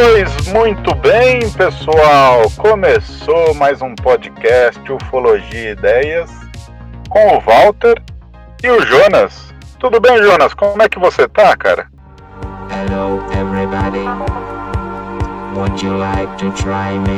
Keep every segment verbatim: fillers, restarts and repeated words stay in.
Pois muito bem, pessoal, começou mais um podcast Ufologia e Ideias com o Walter e o Jonas. Tudo bem, Jonas? Como é que você tá, cara? Hello everybody, would you like to try me?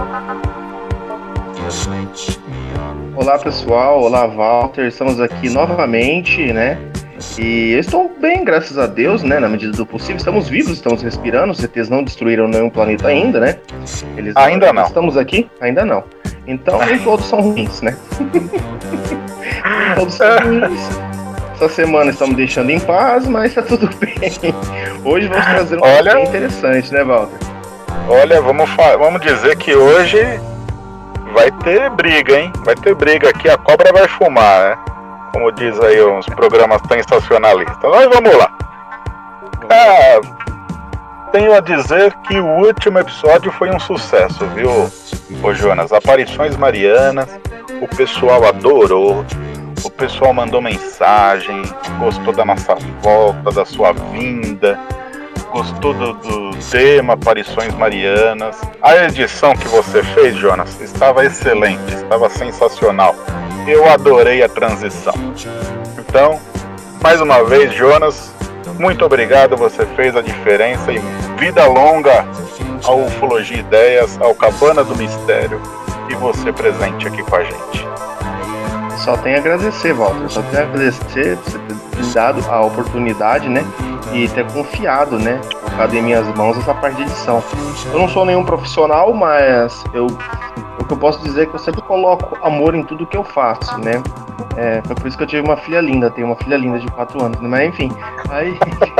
Just switch me on. Olá pessoal, olá Walter, estamos aqui novamente, né? E eu estou bem, graças a Deus, né? Na medida do possível, estamos vivos, estamos respirando, os C Tês não destruíram nenhum planeta ainda, né? Eles ainda não. Estamos aqui? Ainda não. Então nem todos são ruins, né? Nem todos são ruins. Essa semana estamos deixando em paz, mas tá tudo bem. Hoje vamos trazer um Olha... bem interessante, né, Walter? Olha, vamos, fa- vamos dizer que hoje vai ter briga, hein? Vai ter briga aqui, a cobra vai fumar, né? Como diz aí uns programas sensacionalistas. Mas vamos lá. Ah, tenho a dizer que o último episódio foi um sucesso, viu, ô Jonas? Aparições marianas, o pessoal adorou, o pessoal mandou mensagem, gostou da nossa volta, da sua vinda, gostou do, do tema Aparições Marianas. A edição que você fez, Jonas, estava excelente, estava sensacional. Eu adorei a transição. Então, mais uma vez, Jonas, muito obrigado, você fez a diferença e vida longa ao Ufologia Ideias, ao Cabana do Mistério e você presente aqui com a gente. Só tenho a agradecer, Walter, só tenho a agradecer por você ter dado a oportunidade, né, e ter confiado, né, colocado em minhas mãos essa parte de edição. Eu não sou nenhum profissional, mas eu, o que eu posso dizer é que eu sempre coloco amor em tudo que eu faço, né. É, foi por isso que eu tive uma filha linda, tenho uma filha linda de quatro anos, né? Mas enfim, aí...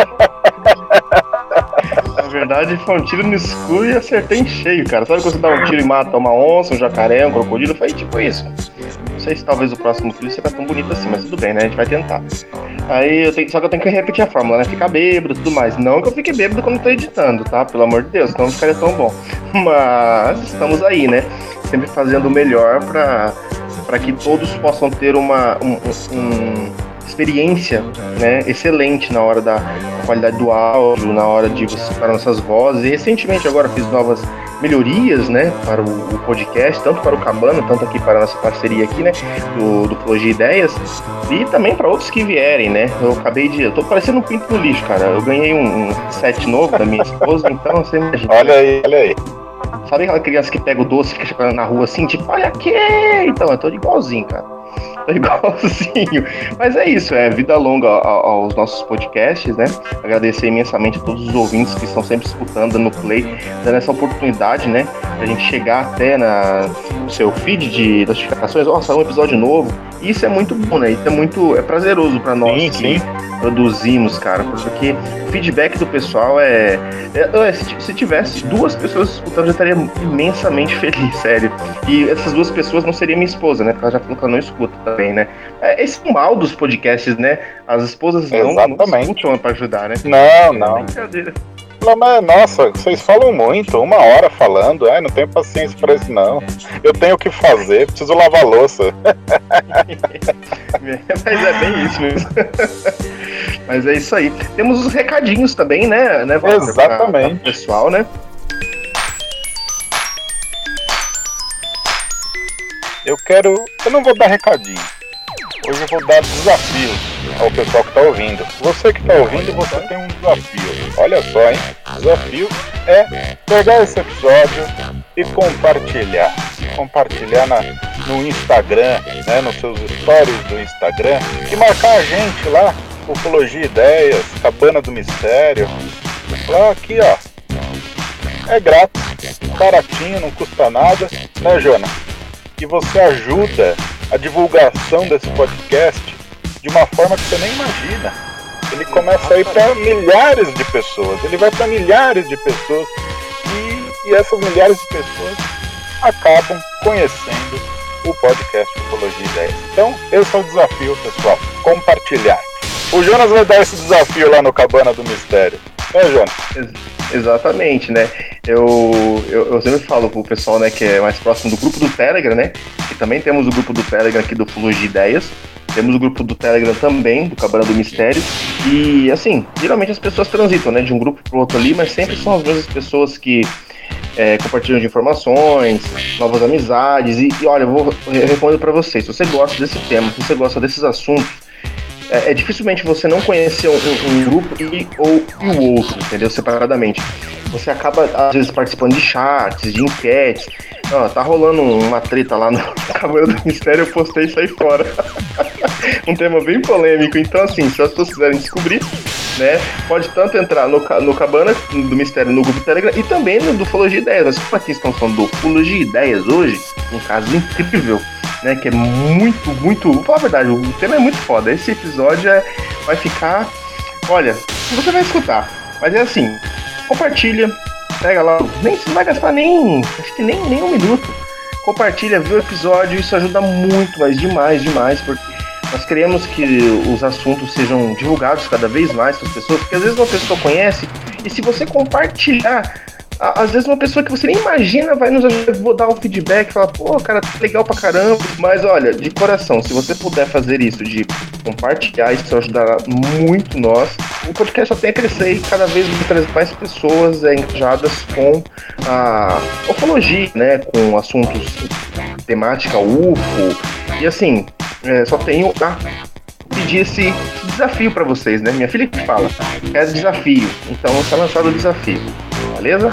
Na verdade foi um tiro no escuro e acertei em cheio, cara. Sabe quando você dá um tiro e mata uma onça, um jacaré, um crocodilo? Foi tipo isso. Não sei se talvez o próximo filho será tão bonito assim, mas tudo bem, né? A gente vai tentar. Aí eu tenho, só que eu tenho que repetir a fórmula, né? Ficar bêbado e tudo mais. Não que eu fique bêbado quando eu tô editando, tá? Pelo amor de Deus, senão não ficaria tão bom. Mas estamos aí, né? Sempre fazendo o melhor pra, pra que todos possam ter uma um, um, experiência, né, excelente na hora da qualidade do áudio, na hora de você escutar nossas vozes. E recentemente agora fiz novas melhorias, né, para o, o podcast, tanto para o Cabana, tanto aqui para a nossa parceria aqui, né, do, do Ufologia Ideias, e também para outros que vierem, né. Eu acabei de... Eu tô parecendo um pinto no lixo, cara. Eu ganhei um, um set novo da minha esposa, então você imagina. Olha aí, olha aí. Sabe aquela criança que pega o doce e fica chegando na rua assim, tipo, olha aqui! Então, eu tô igualzinho, cara. Tô igualzinho. Mas é isso, é vida longa aos nossos podcasts, né? Agradecer imensamente a todos os ouvintes que estão sempre escutando, dando play, dando essa oportunidade, né? Pra gente chegar até na, no seu feed de notificações, ó, saiu um episódio novo. Isso é muito bom, né? Isso é muito é prazeroso pra nós sim, que sim. produzimos, cara, porque o feedback do pessoal é, é, é se, se tivesse duas pessoas escutando, eu já estaria imensamente feliz, sério. E essas duas pessoas não seria minha esposa, né? Porque ela já falou que ela não escuta também, né? É, esse é o mal dos podcasts, né? As esposas não, não escutam pra ajudar, né? Não, não. É brincadeira. Mas, nossa, vocês falam muito, uma hora falando, ai, não tenho paciência pra isso não. Eu tenho o que fazer, preciso lavar a louça. Mas é bem isso mesmo. Mas é isso aí. Temos os recadinhos também, né, né Walter? Exatamente. Pra, pra pessoal, né? Eu quero... Eu não vou dar recadinho. Hoje eu vou dar desafio ao pessoal que está ouvindo. Você que está ouvindo, você tem um desafio. Olha só, hein? O desafio é pegar esse episódio e compartilhar. Compartilhar na, no Instagram, né? Nos seus stories do Instagram. E marcar a gente lá, Ufologia Ideias, Cabana do Mistério. Lá aqui, ó. É grátis, baratinho, não custa nada, né, Jonas? E você ajuda a divulgação desse podcast de uma forma que você nem imagina. Ele começa a ir para milhares de pessoas, ele vai para milhares de pessoas e, e essas milhares de pessoas acabam conhecendo o podcast Ufologia Ideias. Então, esse é o desafio, pessoal, compartilhar. O Jonas vai dar esse desafio lá no Cabana do Mistério. É, Jonas? Ex- exatamente, né? Eu, eu, eu sempre falo pro pessoal, né, que é mais próximo do grupo do Telegram, né? Que também temos o grupo do Telegram aqui do Ufologia Ideias. Temos o grupo do Telegram também, do Cabana do Mistério. E, assim, geralmente as pessoas transitam, né, de um grupo pro outro ali, mas sempre são as mesmas pessoas que é, compartilham de informações, novas amizades. E, e olha, eu vou eu respondo para vocês. Se você gosta desse tema, se você gosta desses assuntos, é, é dificilmente você não conhecer um, um grupo e, ou, e o outro, entendeu? Separadamente. Você acaba, às vezes, participando de chats, de enquetes. Ó, tá rolando uma treta lá no Cabana do Mistério, eu postei isso aí fora. Um tema bem polêmico. Então, assim, se as pessoas quiserem descobrir, né, pode tanto entrar no, no Cabana do Mistério, no grupo Telegram, e também no do Ufologia Ideias. Mas como aqui estão falando do Ufologia Ideias hoje, um caso incrível, né, que é muito, muito... Vou falar a verdade, o tema é muito foda. Esse episódio é, vai ficar... Olha, você vai escutar. Mas é assim, compartilha, pega lá, nem, você não vai gastar nem, acho que nem, nem um minuto. Compartilha, vê o episódio, isso ajuda muito, mas demais, demais, porque nós queremos que os assuntos sejam divulgados cada vez mais para as pessoas, porque às vezes uma pessoa conhece, e se você compartilhar, às vezes uma pessoa que você nem imagina vai nos ajudar, vou dar um feedback, falar, pô, cara, tá legal pra caramba. Mas olha, de coração, se você puder fazer isso, de compartilhar, isso ajudará muito nós. O podcast só tem a crescer e cada vez mais pessoas é, engajadas com a ufologia, né, com assuntos temática U F O, e assim, é, só tenho a pedir esse desafio pra vocês, né, minha filha que fala, é desafio, então está lançado o desafio. Beleza?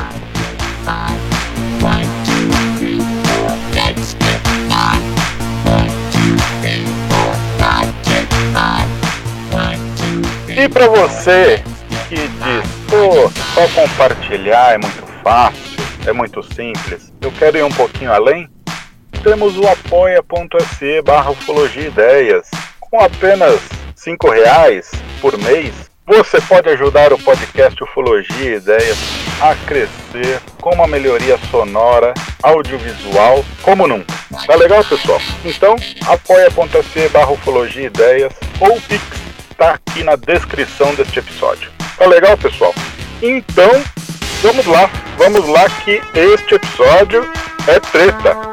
E para você que diz, pô, só compartilhar é muito fácil, é muito simples, eu quero ir um pouquinho além, temos o apoia.se barra ufologia ideias. Com apenas cinco reais por mês, você pode ajudar o podcast Ufologia e Ideias a crescer com uma melhoria sonora, audiovisual, como nunca. Tá legal, pessoal? Então, apoia.se barra Ufologia e Ideias ou o Pix tá aqui na descrição deste episódio. Tá legal, pessoal? Então, vamos lá, vamos lá que este episódio é treta.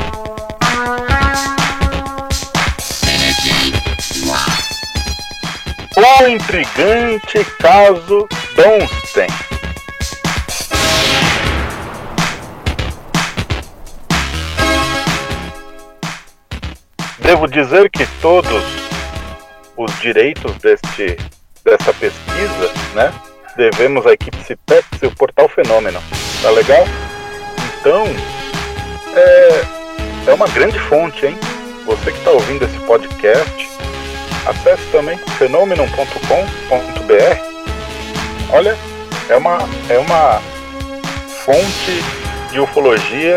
O intrigante caso Dunstan. Devo dizer que todos os direitos deste, dessa pesquisa, né, devemos à equipe Cipex e o Portal Fenômeno. Tá legal? Então, é, é uma grande fonte, hein? Você que está ouvindo esse podcast, acesse também fenômeno ponto com ponto b r. Olha, é uma, é uma fonte de ufologia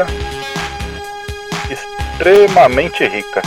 extremamente rica.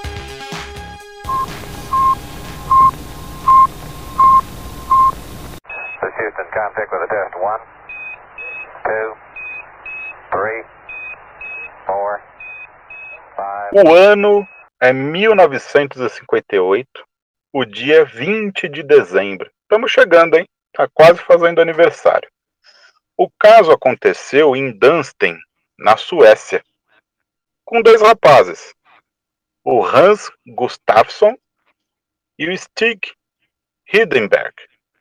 Houston, contact with a test. One, two, three, four, five. O ano é mil novecentos e cinquenta e oito, o dia vinte de dezembro. Estamos chegando, hein? Tá quase fazendo aniversário. O caso aconteceu em Dunstan, na Suécia, com dois rapazes, o Hans Gustafsson e o Stig Hindenberg.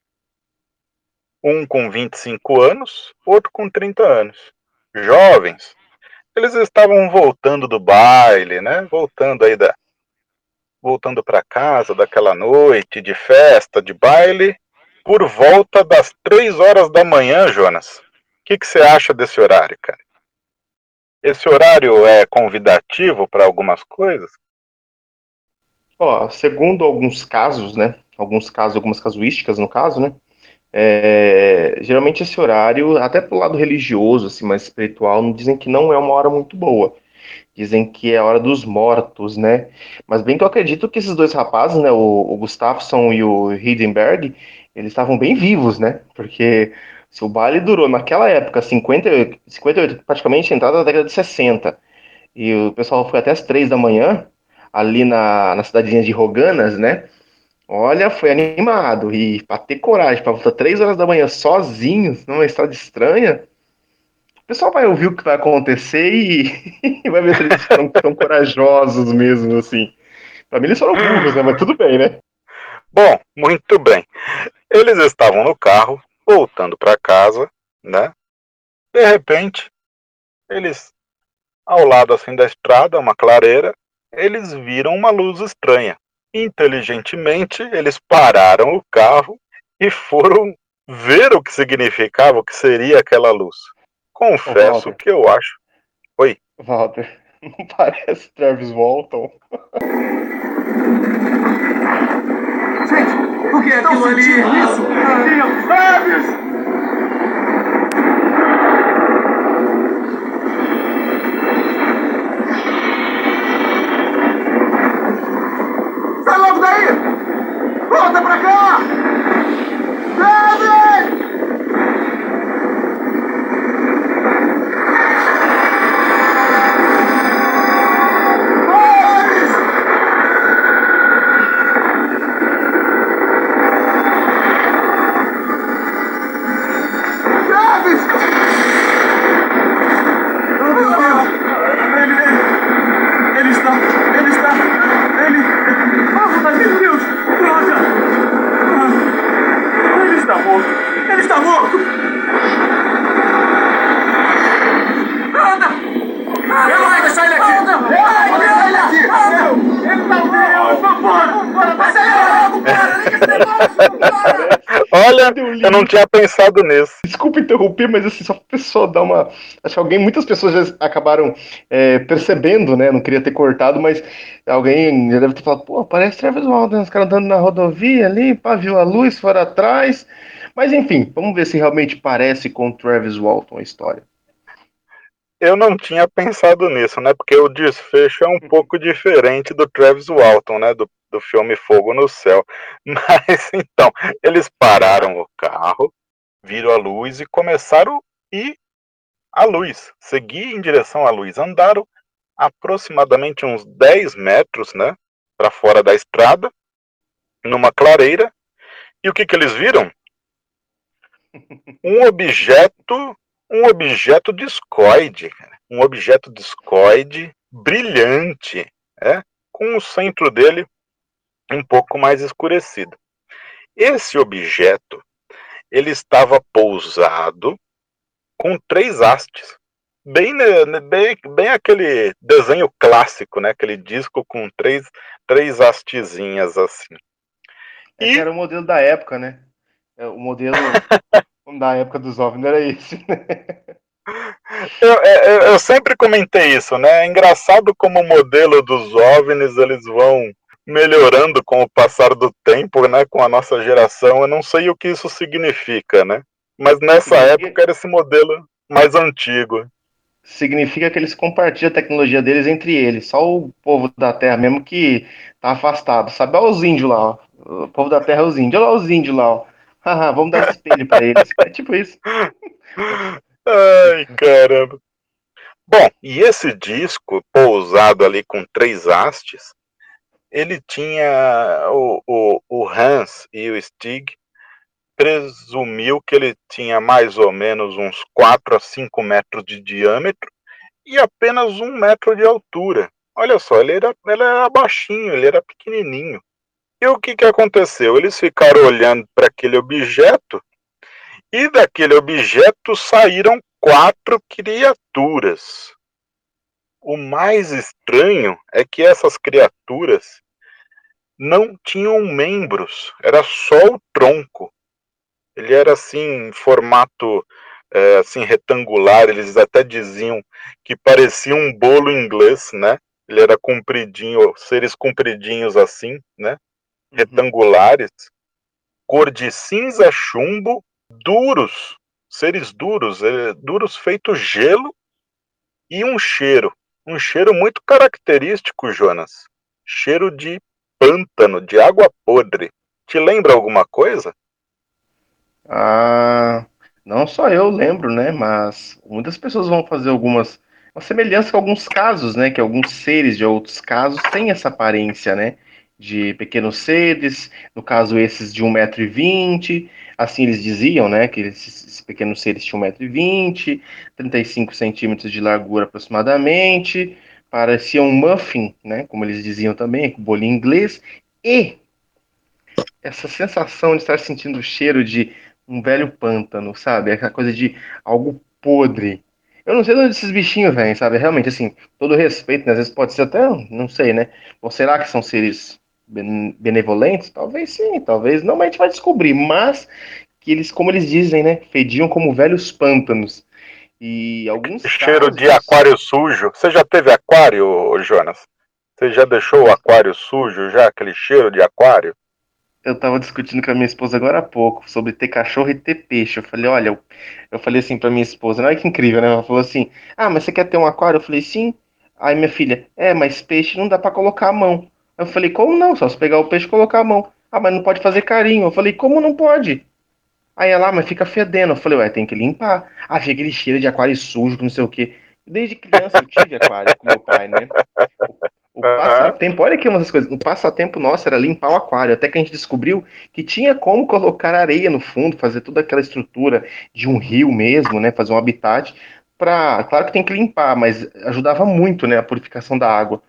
Um com vinte e cinco anos, outro com trinta anos. Jovens. Eles estavam voltando do baile, né? Voltando aí da... Voltando para casa daquela noite de festa, de baile, por volta das três horas da manhã, Jonas. O que, que você acha desse horário, cara? Esse horário é convidativo para algumas coisas? Ó, segundo alguns casos, né? Alguns casos, algumas casuísticas no caso, né? É, geralmente esse horário, até pro lado religioso, assim, mais espiritual, dizem que não é uma hora muito boa. Dizem que é a hora dos mortos, né? Mas bem que eu acredito que esses dois rapazes, né? O, o Gustafsson e o Hindenberg, eles estavam bem vivos, né? Porque se o baile durou naquela época, cinquenta, cinquenta e oito, praticamente entrada da década de sessenta, e o pessoal foi até as três da manhã, ali na, na cidadezinha de Roganas, né? Olha, foi animado. E pra ter coragem, pra voltar três horas da manhã sozinho, numa estrada estranha, o pessoal vai ouvir o que vai acontecer e, e vai ver se eles são tão corajosos mesmo, assim. Pra mim eles foram burros, né? Mas tudo bem, né? Bom, muito bem. Eles estavam no carro, voltando para casa, né? De repente, eles, ao lado assim da estrada, uma clareira, eles viram uma luz estranha. Inteligentemente, eles pararam o carro e foram ver o que significava, o que seria aquela luz. Ô, Confesso Walter, que eu acho. Oi. Walter, não parece Travis Walton? Gente, o que é aquilo ali? Isso! Deus! Travis! Sai logo daí! Volta pra cá! Travis! Travis! Oh, meu Deus! Ele, ele, ele está, ele está, ele... Oh, meu Deus! Droga! Ah, ele está morto! Ele está morto! Anda! Anda! Eu não vou deixar ele aqui! Anda! Eu não vou deixar ele aqui! Anda! Ele está morto! Vambora! Vambora! Acelera logo, cara! Liga esse negócio! Para! Olha, eu não tinha pensado nisso. Desculpa interromper, mas assim, só pra pessoa dar uma. Acho que alguém, muitas pessoas já acabaram é, percebendo, né? Não queria ter cortado, mas alguém já deve ter falado, pô, parece Travis Walton, os caras andando na rodovia ali, pá, viu a luz fora atrás. Mas enfim, vamos ver se realmente parece com Travis Walton a história. Eu não tinha pensado nisso, né? Porque o desfecho é um pouco diferente do Travis Walton, né? Do, do filme Fogo no Céu. Mas então, eles pararam o carro, viram a luz e começaram a ir à luz, seguir em direção à luz. Andaram aproximadamente uns dez metros, né? Para fora da estrada, numa clareira. E o que, que eles viram? Um objeto, um objeto discoide, um objeto discoide brilhante, é, com o centro dele um pouco mais escurecido. Esse objeto, ele estava pousado com três hastes, bem, bem, bem aquele desenho clássico, né? Aquele disco com três, três hastezinhas assim. É que era o modelo da época, né? O modelo da época dos OVNIs era esse, né? Eu, eu, eu sempre comentei isso, né? É engraçado como o modelo dos OVNIs eles vão melhorando com o passar do tempo, né? Com a nossa geração. Eu não sei o que isso significa, né? Mas nessa significa, época era esse modelo mais antigo. Significa que eles compartilham a tecnologia deles entre eles. Só o povo da Terra mesmo que tá afastado. Sabe? Olha os índios lá, ó. O povo da Terra é os índios. Olha lá os índios lá, ó. Haha, vamos dar espelho pra eles. É tipo isso. Ai, caramba. Bom, e esse disco, pousado ali com três hastes, ele tinha o, o, o Hans e o Stig presumiu que ele tinha mais ou menos uns quatro a cinco metros de diâmetro e apenas um metro de altura. Olha só, ele era, ele era baixinho, ele era pequenininho. E o que, que aconteceu? Eles ficaram olhando para aquele objeto e daquele objeto saíram quatro criaturas. O mais estranho é que essas criaturas não tinham membros, era só o tronco. Ele era assim, em formato é, assim, retangular, eles até diziam que parecia um bolo inglês, né? Ele era compridinho, seres compridinhos assim, né? Retangulares, cor de cinza chumbo, duros, seres duros, é, duros feito gelo e um cheiro, um cheiro muito característico, Jonas. Cheiro de pântano, de água podre. Te lembra alguma coisa? Ah, não só eu lembro, né? Mas muitas pessoas vão fazer algumas uma semelhança com alguns casos, né? Que alguns seres de outros casos têm essa aparência, né? De pequenos seres, no caso esses de um metro e vinte, assim eles diziam, né? Que esses, esses pequenos seres tinham um metro e vinte, trinta e cinco centímetros de largura aproximadamente, parecia um muffin, né? Como eles diziam também, com bolinho inglês, e essa sensação de estar sentindo o cheiro de um velho pântano, sabe? Aquela coisa de algo podre. Eu não sei de onde esses bichinhos vêm, sabe? Realmente, assim, todo respeito, né? Às vezes pode ser até, não sei, né? Ou será que são seres ben- benevolentes? Talvez sim, talvez não, mas a gente vai descobrir. Mas que eles, como eles dizem, né? Fediam como velhos pântanos. E alguns Cheiro de casos. aquário sujo. Você já teve aquário, ô, Jonas? Você já deixou o aquário sujo, já? Aquele cheiro de aquário? Eu tava discutindo com a minha esposa agora há pouco sobre ter cachorro e ter peixe. Eu falei, olha, eu, eu falei assim pra minha esposa, olha que incrível, né? Ela falou assim: ah, mas você quer ter um aquário? Eu falei, sim. Aí minha filha, é, mas peixe não dá pra colocar a mão. Eu falei, como não? Só se pegar o peixe e colocar a mão. Ah, mas não pode fazer carinho. Eu falei, como não pode? Aí ela, ah, mas fica fedendo. Eu falei, ué, tem que limpar. Ah, fica aquele cheiro de aquário sujo, que não sei o quê. Desde criança eu tive aquário com meu pai, né? O Aham. passatempo, olha aqui umas coisas. O passatempo nosso era limpar o aquário, até que a gente descobriu que tinha como colocar areia no fundo, fazer toda aquela estrutura de um rio mesmo, né? Fazer um habitat para, claro que tem que limpar, mas ajudava muito, né? A purificação da água.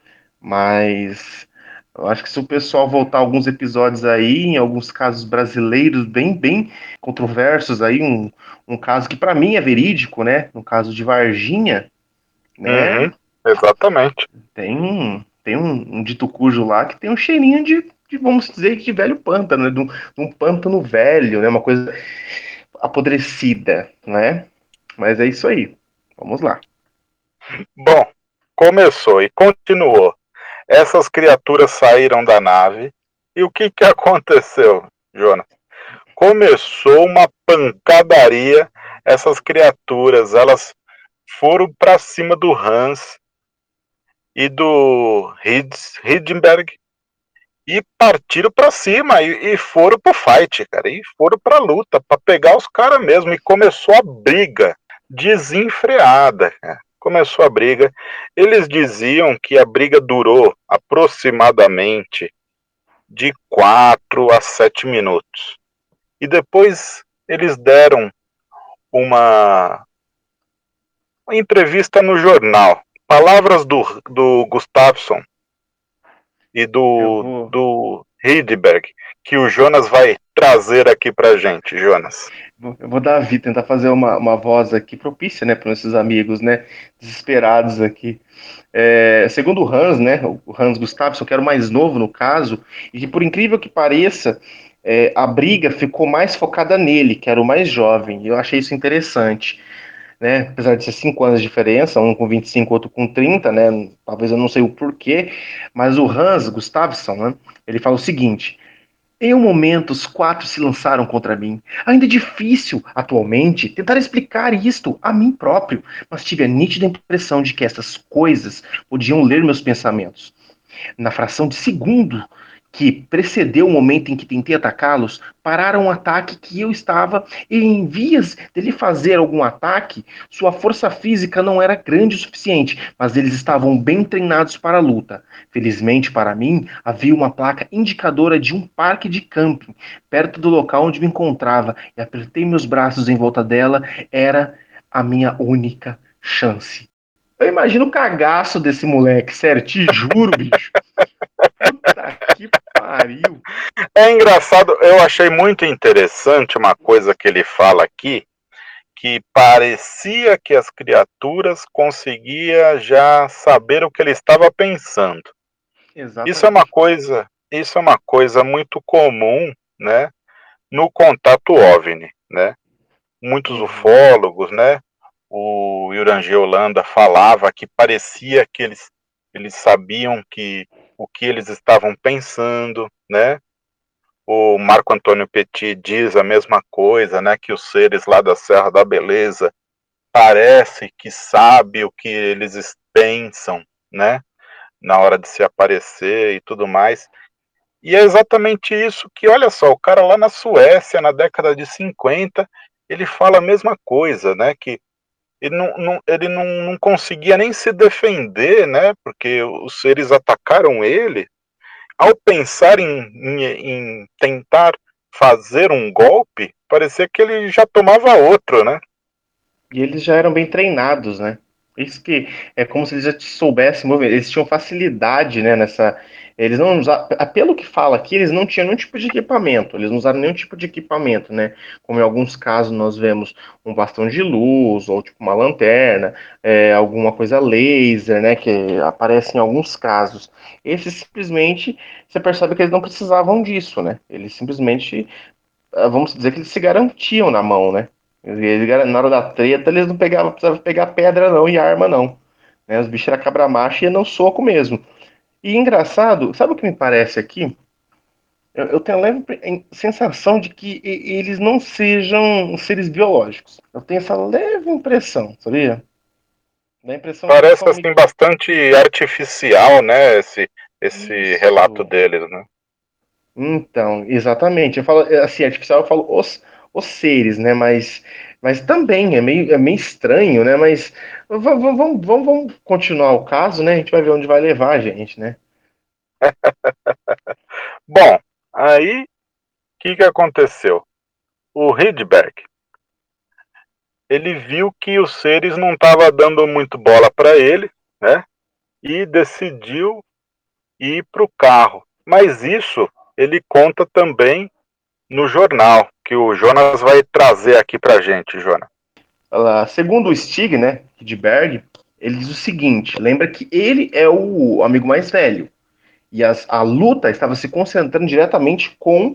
Mas eu acho que se o pessoal voltar alguns episódios aí, em alguns casos brasileiros bem, bem controversos aí, um, um caso que para mim é verídico, né? No caso de Varginha, né? Uhum. Exatamente. Tem um, tem um, um dito cujo lá que tem um cheirinho de, de, vamos dizer, de velho pântano, né? De um, de um pântano velho, né? Uma coisa apodrecida, né? Mas é isso aí. Vamos lá. Bom, começou e continuou. Essas criaturas saíram da nave. E o que, que aconteceu, Jonas? Começou uma pancadaria. Essas criaturas, elas foram para cima do Hans e do Hids, Hiddenberg e partiram para cima e, e foram pro fight, cara. E foram pra luta, para pegar os caras mesmo. E começou a briga desenfreada, cara. Começou a briga. Eles diziam que a briga durou aproximadamente de quatro a sete minutos. E depois eles deram uma, uma entrevista no jornal. Palavras do, do Gustafsson e Eu do, vou, do Hidberg, que o Jonas vai trazer aqui pra gente, Jonas. vou- eu vou dar a vida, tentar fazer uma, uma voz aqui propícia, né, para esses amigos, né, desesperados aqui. É, segundo o Hans, né, o Hans Gustafsson, que era o mais novo no caso, e que por incrível que pareça, é, a briga ficou mais focada nele, que era o mais jovem. E eu achei isso interessante, né? Apesar de ser cinco anos de diferença, um com vinte e cinco, outro com trinta, né? Talvez eu não sei o porquê, mas o Hans Gustafsson, né? Ele fala o seguinte: em um momento, os quatro se lançaram contra mim. Ainda é difícil, atualmente, tentar explicar isto a mim próprio, mas tive a nítida impressão de que essas coisas podiam ler meus pensamentos. Na fração de segundo que precedeu o momento em que tentei atacá-los, pararam um ataque que eu estava, e em vias dele fazer algum ataque, sua força física não era grande o suficiente, mas eles estavam bem treinados para a luta. Felizmente para mim, havia uma placa indicadora de um parque de camping, perto do local onde me encontrava, e apertei meus braços em volta dela, era a minha única chance. Eu imagino o cagaço desse moleque, sério, te juro, bicho. Puta que pariu. É engraçado, eu achei muito interessante uma coisa que ele fala aqui, que parecia que as criaturas conseguiam já saber o que ele estava pensando. Isso é uma Exatamente. coisa, isso é uma coisa muito comum, né, no contato OVNI, né? Muitos Uhum. ufólogos, né? O Yurangi Holanda falava que parecia que eles, eles sabiam que o que eles estavam pensando, né? O Marco Antônio Petit diz a mesma coisa, né? Que os seres lá da Serra da Beleza parece que sabe o que eles pensam, né? Na hora de se aparecer e tudo mais. E é exatamente isso que, olha só, o cara lá na Suécia, na década de cinquenta, ele fala a mesma coisa, né? Que ele não, não, ele não, não conseguia nem se defender, né? Porque os seres atacaram ele. Ao pensar em, em, em tentar fazer um golpe, parecia que ele já tomava outro, né? E eles já eram bem treinados, né? Isso que é como se eles já soubessem mover, eles tinham facilidade, né, nessa. Eles não usavam, pelo que fala aqui, eles não tinham nenhum tipo de equipamento, eles não usaram nenhum tipo de equipamento, né? Como em alguns casos nós vemos um bastão de luz, ou tipo uma lanterna, é, alguma coisa laser, né? Que aparece em alguns casos. Esse simplesmente, você percebe que eles não precisavam disso, né? Eles simplesmente, ah, vamos dizer que eles se garantiam na mão, né? Eles, na hora da treta, eles não pegavam, precisavam pegar pedra não e arma não. Né? Os bichos eram cabra macho e ia no soco mesmo. E engraçado, sabe o que me parece aqui? Eu, eu tenho a leve pre- sensação de que e- eles não sejam seres biológicos. Eu tenho essa leve impressão, sabia? Dá a impressão que eles Parece são meio... assim bastante artificial, né, esse, esse relato Isso. deles, né? Então, exatamente. Eu falo assim, artificial, eu falo os, os seres, né? Mas, mas também é meio, é meio estranho, né? Mas vamos, vamos, vamos, vamos continuar o caso, né? A gente vai ver onde vai levar a gente, né? Bom, aí o que, que aconteceu? O Rydberg, ele viu que os seres não estavam dando muito bola para ele, né? E decidiu ir para o carro. Mas isso ele conta também no jornal, que o Jonas vai trazer aqui para gente, Jonas. Ela- segundo o Stig, né, Rydberg, ele diz o seguinte: lembra que ele é o amigo mais velho e as- a luta estava se concentrando diretamente com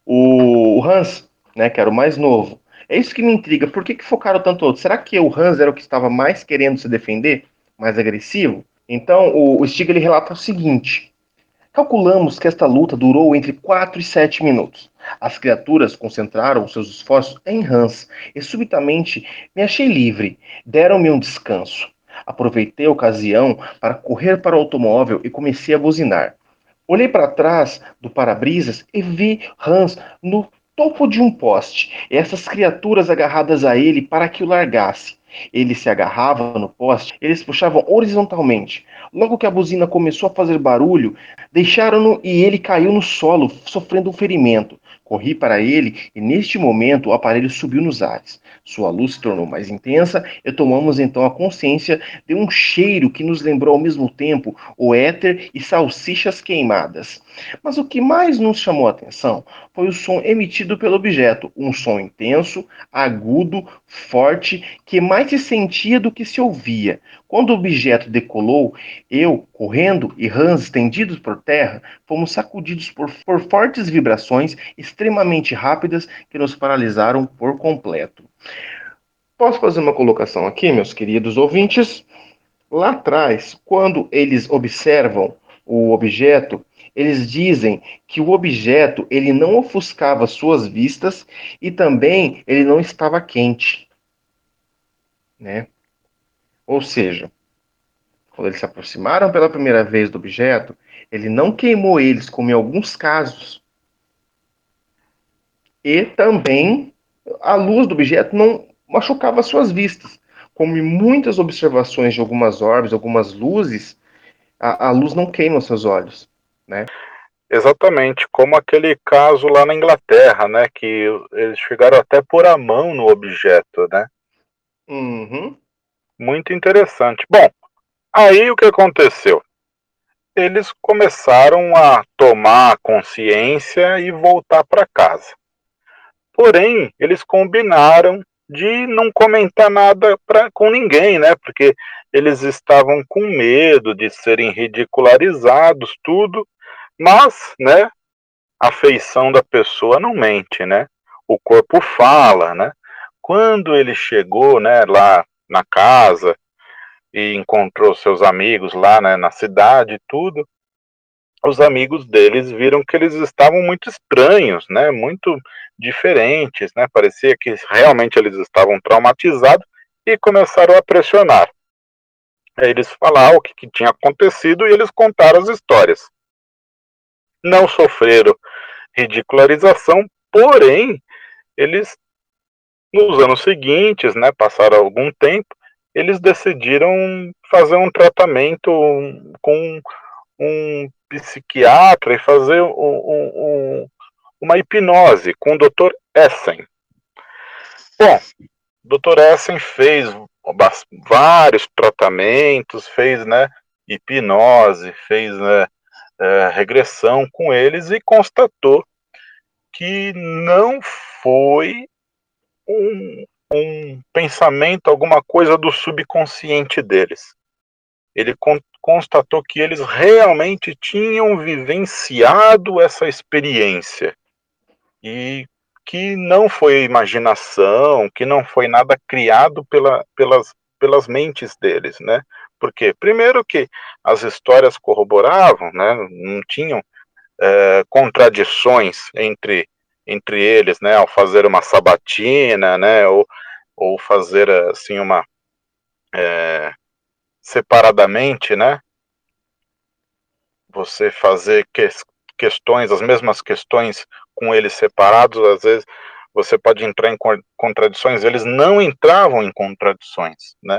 o, o Hans, né, que era o mais novo. É isso que me intriga. Por que, que focaram tanto outro? Será que o Hans era o que estava mais querendo se defender, mais agressivo? Então o, o Stig ele relata o seguinte: calculamos que esta luta durou entre quatro e sete minutos. As criaturas concentraram seus esforços em Hans e subitamente me achei livre. Deram-me um descanso. Aproveitei a ocasião para correr para o automóvel e comecei a buzinar. Olhei para trás do para-brisas e vi Hans no topo de um poste, e essas criaturas agarradas a ele para que o largasse. Ele se agarrava no poste, eles puxavam horizontalmente. Logo que a buzina começou a fazer barulho, deixaram-no e ele caiu no solo, sofrendo um ferimento. Corri para ele e neste momento o aparelho subiu nos ares. Sua luz se tornou mais intensa e tomamos então a consciência de um cheiro que nos lembrou ao mesmo tempo o éter e salsichas queimadas. Mas o que mais nos chamou a atenção foi o som emitido pelo objeto, um som intenso, agudo, forte, que mais se sentia do que se ouvia. Quando o objeto decolou, eu, correndo, e Hans, estendidos por terra, fomos sacudidos por, por fortes vibrações extremamente rápidas que nos paralisaram por completo. Posso fazer uma colocação aqui, meus queridos ouvintes? Lá atrás, quando eles observam o objeto, eles dizem que o objeto ele não ofuscava suas vistas e também ele não estava quente, né? Ou seja, quando eles se aproximaram pela primeira vez do objeto, ele não queimou eles, como em alguns casos, e também a luz do objeto não machucava suas vistas, como em muitas observações de algumas orbes, algumas luzes, a, a luz não queima os seus olhos, né? Exatamente, como aquele caso lá na Inglaterra, né, que eles chegaram até a pôr a mão no objeto, né? Uhum. Muito interessante. Bom, aí o que aconteceu? Eles começaram a tomar consciência e voltar para casa. Porém, eles combinaram de não comentar nada pra, com ninguém, né? Porque eles estavam com medo de serem ridicularizados, tudo. Mas, né? A feição da pessoa não mente, né? O corpo fala, né? Quando ele chegou, né, lá na casa e encontrou seus amigos lá, né, na cidade e tudo, os amigos deles viram que eles estavam muito estranhos, né, muito diferentes, né, parecia que realmente eles estavam traumatizados e começaram a pressionar. Aí eles falaram o que, que tinha acontecido e eles contaram as histórias. Não sofreram ridicularização, porém, eles, nos anos seguintes, né, passaram algum tempo, eles decidiram fazer um tratamento com um psiquiatra e fazer um, um, um, uma hipnose com o doutor Essen. Bom, o doutor Essen fez bas- vários tratamentos, fez, né, hipnose, fez, né, é, regressão com eles e constatou que não foi um, um pensamento, alguma coisa do subconsciente deles. Ele con- constatou que eles realmente tinham vivenciado essa experiência e que não foi imaginação, que não foi nada criado pela, pelas, pelas mentes deles, né? Porque, primeiro que as histórias corroboravam, né? Não tinham é, contradições entre, entre eles, né? Ao fazer uma sabatina, né? Ou, ou fazer, assim, uma... É, separadamente, né? Você fazer que, questões, as mesmas questões com eles separados, às vezes você pode entrar em contradições, eles não entravam em contradições, né?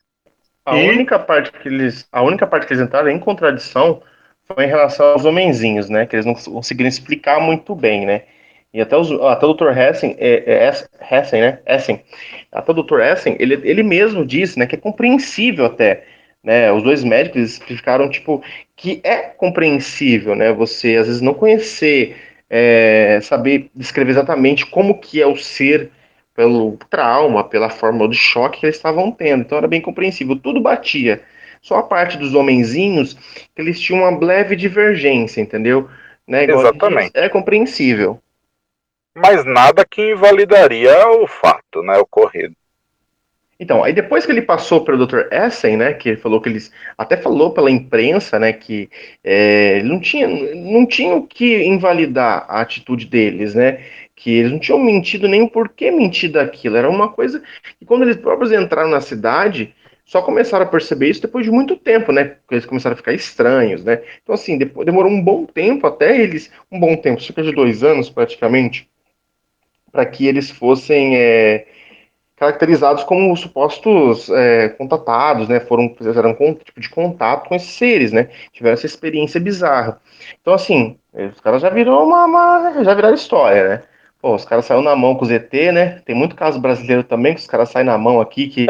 A E, única parte que eles, a única parte que eles entraram em contradição foi em relação aos homenzinhos, né? Que eles não conseguiram explicar muito bem, né? E até, os, até o doutor Hessen, é, é, Hessen, né? Hessen, até o doutor Hessen, ele, ele mesmo disse, né, que é compreensível até, né? Os dois médicos eles explicaram, tipo, que é compreensível, né? Você, às vezes, não conhecer, é, saber descrever exatamente como que é o ser pelo trauma, pela forma de choque que eles estavam tendo. Então era bem compreensível, tudo batia. Só a parte dos homenzinhos, que eles tinham uma leve divergência, entendeu? Né, igual a gente disse, é exatamente, compreensível. mas nada que invalidaria o fato, né, ocorrido. Então, aí depois que ele passou para o doutor Essen, né, que ele falou que eles até falou pela imprensa, né, que é, não tinha, não tinha o que invalidar a atitude deles, né, que eles não tinham mentido nem o porquê mentir daquilo, era uma coisa que quando eles próprios entraram na cidade, só começaram a perceber isso depois de muito tempo, né, porque eles começaram a ficar estranhos, né, então assim, depois, demorou um bom tempo até eles, um bom tempo, cerca de dois anos praticamente, para que eles fossem é, caracterizados como supostos é, contatados, né? Foram fizeram um tipo de contato com esses seres, né? Tiveram essa experiência bizarra. Então, assim, os caras já virou uma, uma- já viraram história, né? Pô, os caras saíram na mão com os E T, né? Tem muito caso brasileiro também que os caras saem na mão aqui que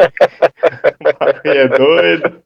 o bagulho é doido.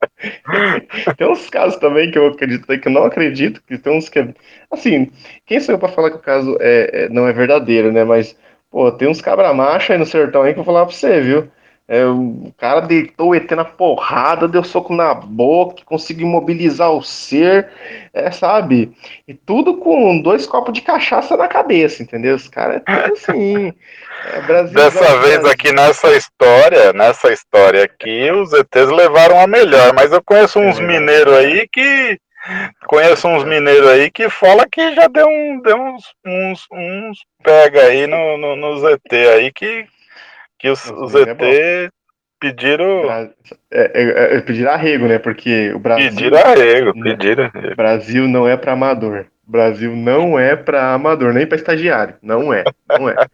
Tem uns casos também que eu acredito que eu não acredito, que tem uns que é... Assim, quem sou eu pra falar que o caso é, é- não é verdadeiro, né? Mas, pô, tem uns cabra macho aí no sertão aí que eu vou falar pra você, viu? É, o cara deitou o E T na porrada, deu soco na boca, conseguiu imobilizar o ser, é, sabe? E tudo com dois copos de cachaça na cabeça, entendeu? Os caras é tudo assim. É, Brasilzão, Dessa vez Brasil. aqui nessa história, nessa história aqui, os E Tês levaram a melhor, mas eu conheço uns mineiros É, aí que conheço uns mineiros aí que fala que já deu, um, deu uns, uns, uns pega aí no, no, no Z T aí que, que os, os os gringos é bom. Z T pediram, Bra- é, é, é pedir arrego, né? Porque o pediram Brasil, arrego, né, pediram arrego. Brasil não é para amador. Brasil não é para amador, nem para estagiário. Não é, não é.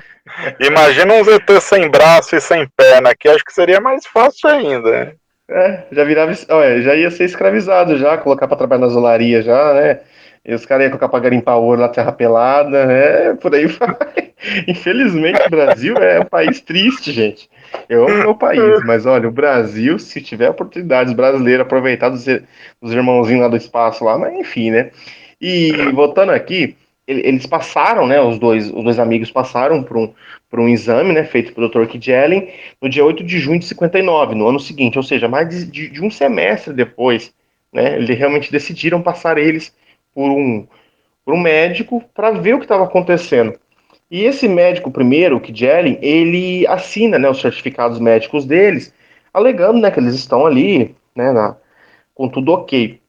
Imagina um Z T sem braço e sem perna aqui, acho que seria mais fácil ainda, né? É, já virava, olha, já ia ser escravizado já, colocar para trabalhar na zolaria já, né? E os caras iam colocar para garimpar ouro na terra pelada, né? Por aí vai. Infelizmente, o Brasil é um país triste, gente. Eu amo meu país, mas olha, o Brasil, se tiver oportunidades brasileiras, aproveitar dos, dos irmãozinhos lá do espaço lá, mas enfim, né? E voltando aqui, ele- eles passaram, né? Os dois, os dois amigos passaram por um, por um exame, né? Feito pelo doutor Kidjelen no dia oito de junho de cinquenta e nove, no ano seguinte, ou seja, mais de, de, de um semestre depois, né? Eles realmente decidiram passar eles por um, por um médico para ver o que estava acontecendo. E esse médico primeiro, o Kidjelen, ele assina, né, os certificados médicos deles, alegando, né, que eles estão ali, né, na, com tudo ok.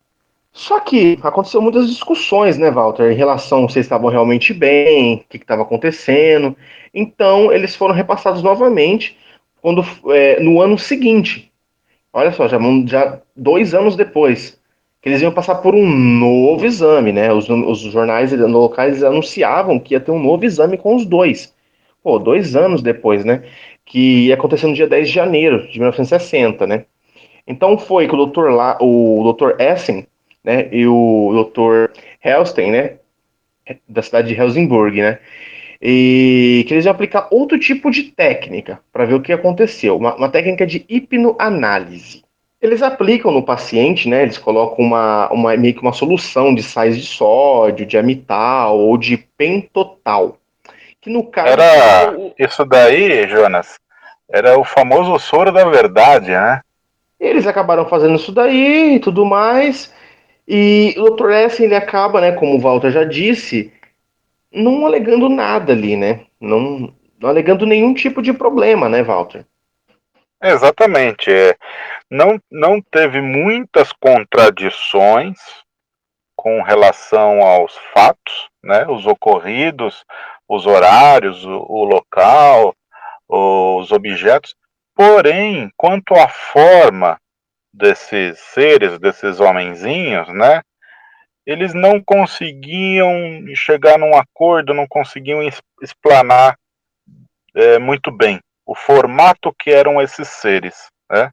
Só que aconteceu muitas discussões, né, Walter, em relação se eles estavam realmente bem, o que estava acontecendo. Então, eles foram repassados novamente quando, é, no ano seguinte. Olha só, já, já dois anos depois, que eles iam passar por um novo exame, né? Os, os jornais locais anunciavam que ia ter um novo exame com os dois. Pô, dois anos depois, né? Que ia acontecer no dia dez de janeiro de mil novecentos e sessenta, né? Então foi que o doutor lá, o doutor Essen, né, e o doutor Helstein, né, da cidade de Helsingborg, né, e que eles iam aplicar outro tipo de técnica para ver o que aconteceu, uma, uma técnica de hipnoanálise. Eles aplicam no paciente, né? Eles colocam uma, uma meio que uma solução de sais de sódio, de amital ou de pentotal, que no caso seria Era o. isso daí, Jonas. Era o famoso soro da verdade, né? Eles acabaram fazendo isso daí e tudo mais. E o doutor Essen, ele acaba, né, como o Walter já disse, não alegando nada ali, né? Não, não alegando nenhum tipo de problema, né, Walter? Exatamente. É, não, não teve muitas contradições com relação aos fatos, né? Os ocorridos, os horários, o, o local, os objetos. Porém, quanto à forma desses seres, desses homenzinhos, né? Eles não conseguiam chegar num acordo, não conseguiam explanar é, muito bem o formato que eram esses seres, né?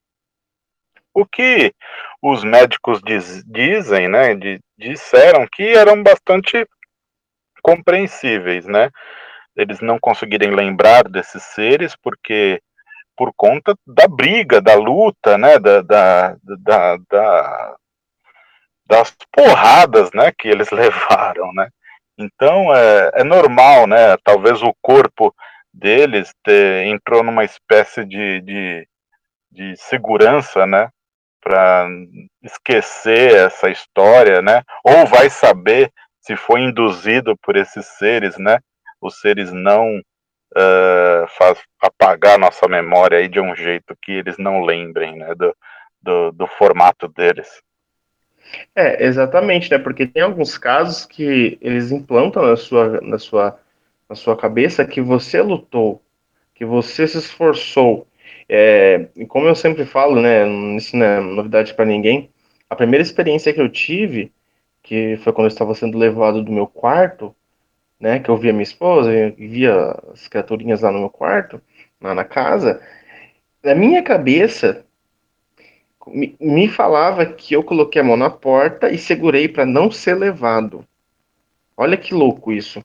O que os médicos diz, dizem, né? De, disseram que eram bastante compreensíveis, né? Eles não conseguirem lembrar desses seres porque por conta da briga, da luta, né? Da, da, da, da das porradas, né, que eles levaram, né? Então é, é normal, né? Talvez o corpo deles ter, entrou numa espécie de, de, de segurança, né? Para esquecer essa história, né? Ou vai saber se foi induzido por esses seres, né? Os seres não uh, faz apagar nossa memória aí de um jeito que eles não lembrem, né? Do, do, do formato deles. É, exatamente, né? Porque tem alguns casos que eles implantam na sua, na sua, na sua cabeça que você lutou, que você se esforçou. É, e como eu sempre falo, né? Isso não é novidade para ninguém. A primeira experiência que eu tive, que foi quando eu estava sendo levado do meu quarto, né? Que eu via minha esposa, eu via as criaturinhas lá no meu quarto, lá na casa. Na minha cabeça, me, me falava que eu coloquei a mão na porta e segurei para não ser levado. Olha que louco isso.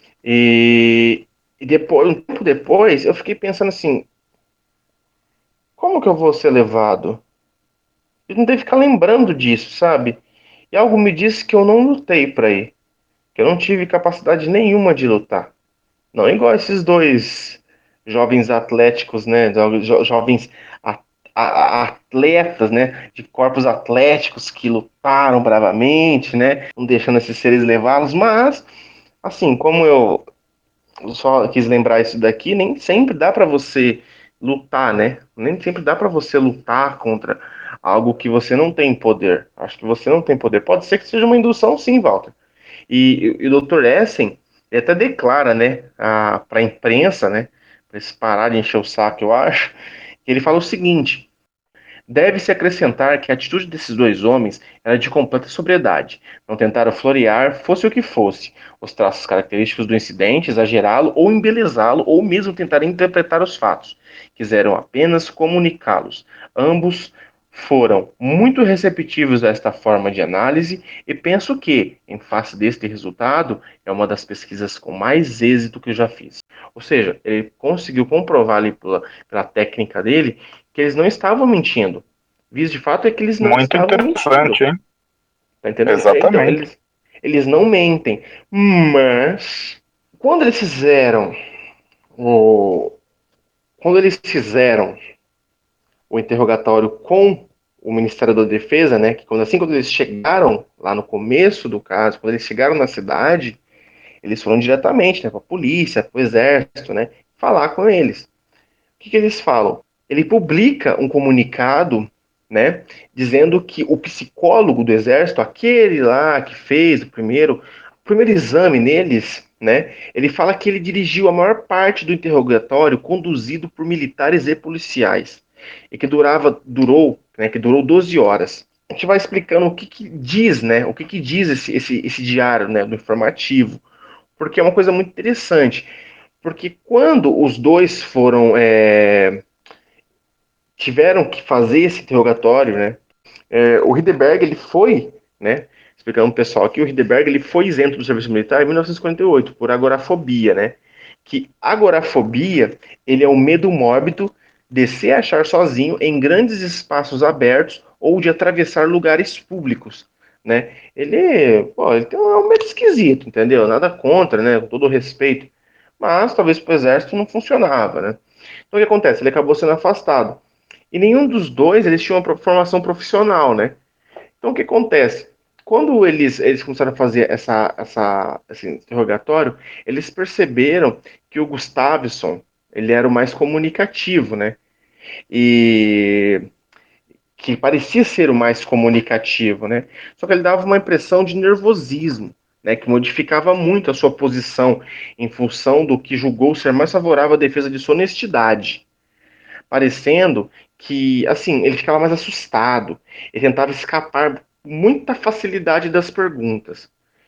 E, e depois, um tempo depois, eu fiquei pensando assim: como que eu vou ser levado? Eu não devo ficar lembrando disso, sabe? E algo me disse que eu não lutei para ir, que eu não tive capacidade nenhuma de lutar. Não igual esses dois jovens atléticos, né? jo- Jovens a- a- atletas, né? De corpos atléticos que lutaram bravamente, né? Não deixando esses seres levá-los. Mas, assim, como eu só quis lembrar isso daqui, nem sempre dá para você lutar, né? Nem sempre dá para você lutar contra algo que você não tem poder. Acho que você não tem poder. Pode ser que seja uma indução, sim, Walter. E, e o doutor Essen, ele até declara, né, para a imprensa, né, para eles pararem de encher o saco, eu acho, que ele fala o seguinte: deve-se acrescentar que a atitude desses dois homens era de completa sobriedade. Não tentaram florear, fosse o que fosse, os traços característicos do incidente, exagerá-lo ou embelezá-lo, ou mesmo tentar interpretar os fatos. Quiseram apenas comunicá-los. Ambos foram muito receptivos a esta forma de análise e penso que, em face deste resultado, é uma das pesquisas com mais êxito que eu já fiz. Ou seja, ele conseguiu comprovar ali pela, pela técnica dele que eles não estavam mentindo. Visto de fato é que eles não Muito estavam mentindo. interessante, hein? Tá entendendo? Então, Exatamente. eles, eles não mentem. Mas, quando eles fizeram o. Quando eles fizeram o interrogatório com o Ministério da Defesa, né? Que quando, assim quando eles chegaram lá no começo do caso, quando eles chegaram na cidade, eles foram diretamente, né, para a polícia, para o exército, né? Falar com eles. O que, que eles falam? Ele publica um comunicado, né, dizendo que o psicólogo do exército, aquele lá que fez o primeiro, o primeiro exame neles, né, ele fala que ele dirigiu a maior parte do interrogatório conduzido por militares e policiais e que durava, durou, né, que durou doze horas. A gente vai explicando o que, que diz, né, o que, que diz esse, esse, esse diário, né, do informativo, porque é uma coisa muito interessante. Porque quando os dois foram é, tiveram que fazer esse interrogatório, né? É, o Hiddenberg ele foi, né? explicando pro pessoal que o Hidberg ele foi isento do serviço militar em mil novecentos e cinquenta e oito, por agorafobia, né? Que agorafobia, ele é o medo mórbido de se achar sozinho em grandes espaços abertos ou de atravessar lugares públicos, né? Ele, pô, ele tem um, é um medo esquisito, entendeu? Nada contra, né? Com todo o respeito. Mas talvez para o exército não funcionava, né? Então o que acontece? Ele acabou sendo afastado. E nenhum dos dois eles tinham uma formação profissional, né? Então o que acontece? Quando eles, eles começaram a fazer essa, essa, esse interrogatório, eles perceberam que o Gustavson ele era o mais comunicativo, né? E que parecia ser o mais comunicativo, né? Só que ele dava uma impressão de nervosismo, né? Que modificava muito a sua posição em função do que julgou ser mais favorável à defesa de sua honestidade, parecendo que, assim, ele ficava mais assustado, ele tentava escapar com muita facilidade das perguntas.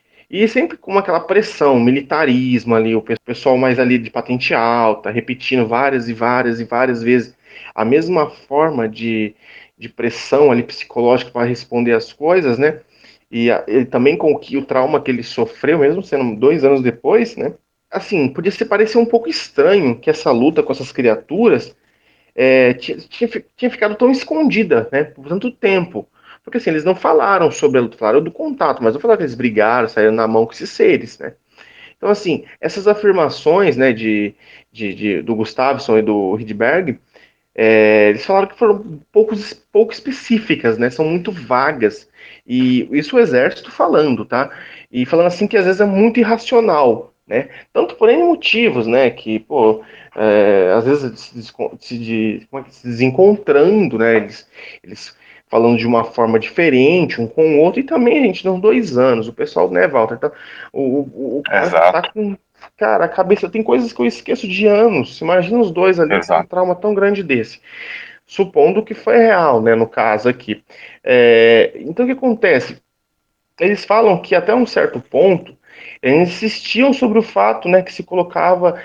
E sempre com aquela pressão, militarismo ali, o pessoal mais ali de patente alta, repetindo várias e várias e várias vezes a mesma forma de, de pressão ali psicológica para responder as coisas, né? E a, ele também com o, que, o trauma que ele sofreu, mesmo sendo dois anos depois, né? Assim, podia se parecer um pouco estranho que essa luta com essas criaturas é, tinha, tinha, tinha ficado tão escondida, né, por tanto tempo. Porque assim, eles não falaram sobre a luta, falaram do contato, mas não falaram que eles brigaram, saíram na mão com esses seres, né. Então, assim, essas afirmações, né, de, de, de do Gustafsson e do Rydberg, é, eles falaram que foram poucos, pouco específicas, né, são muito vagas. E isso o exército falando, tá? E falando assim que às vezes é muito irracional, né? Tanto por N motivos, né? Que, pô, é, às vezes se, se, de, como é que, se desencontrando, né? Eles, eles falando de uma forma diferente, um com o outro, e também, gente, nos dois anos, o pessoal, né, Walter? Tá, o, o, o cara tá Exato, com. Cara, a cabeça tem coisas que eu esqueço de anos. Imagina os dois ali com um exato. trauma tão grande desse. Supondo que foi real, né, no caso aqui. É, então, o que acontece? Eles falam que até um certo ponto eles insistiam sobre o fato, né, que se colocava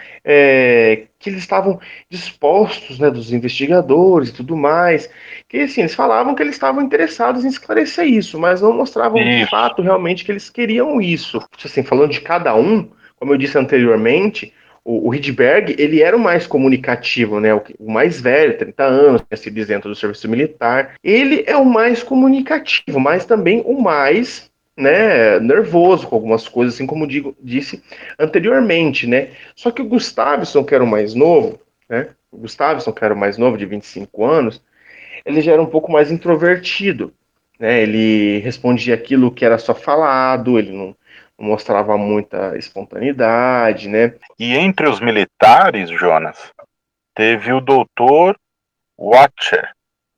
é, que eles estavam dispostos, né, dos investigadores e tudo mais, que assim, eles falavam que eles estavam interessados em esclarecer isso, mas não mostravam de Isso, fato realmente que eles queriam isso. Assim, falando de cada um, como eu disse anteriormente, o, o Rydberg, ele era o mais comunicativo, né, o, o mais velho, trinta anos, tinha sido isento do serviço militar. Ele é o mais comunicativo, mas também o mais, né, nervoso com algumas coisas, assim como digo, disse anteriormente, né? Só que o Gustavson, que era o mais novo, né? O Gustavson, que era o mais novo, de vinte e cinco anos, ele já era um pouco mais introvertido, né? Ele respondia aquilo que era só falado, ele não, não mostrava muita espontaneidade, né? e entre os militares, Jonas, teve o doutor Watcher.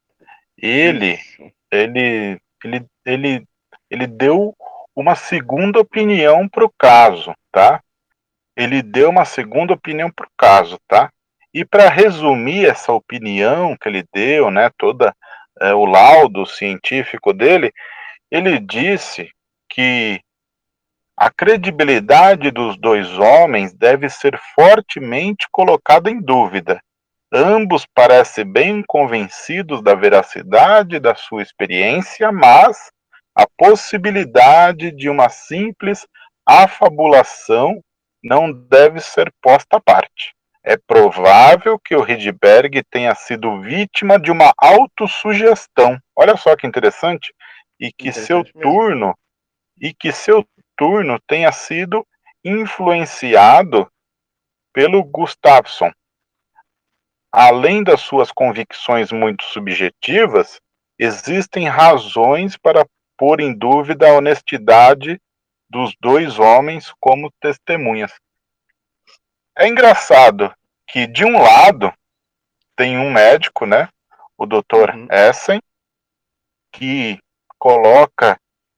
Ele, Isso. ele, ele, ele, ele deu uma segunda opinião para o caso, tá? Ele deu uma segunda opinião para o caso, tá? E para resumir essa opinião que ele deu, né, toda é, o laudo científico dele, ele disse que a credibilidade dos dois homens deve ser fortemente colocada em dúvida. Ambos parecem bem convencidos da veracidade da sua experiência, mas a possibilidade de uma simples afabulação não deve ser posta à parte. É provável que o Rydberg tenha sido vítima de uma autossugestão. Olha só que interessante. E que seu Interessante mesmo. turno e que seu turno tenha sido influenciado pelo Gustafsson. Além das suas convicções muito subjetivas, existem razões para pôr em dúvida a honestidade dos dois homens como testemunhas. É engraçado que, de um lado, tem um médico, né, o doutor Uhum. Essen, que coloca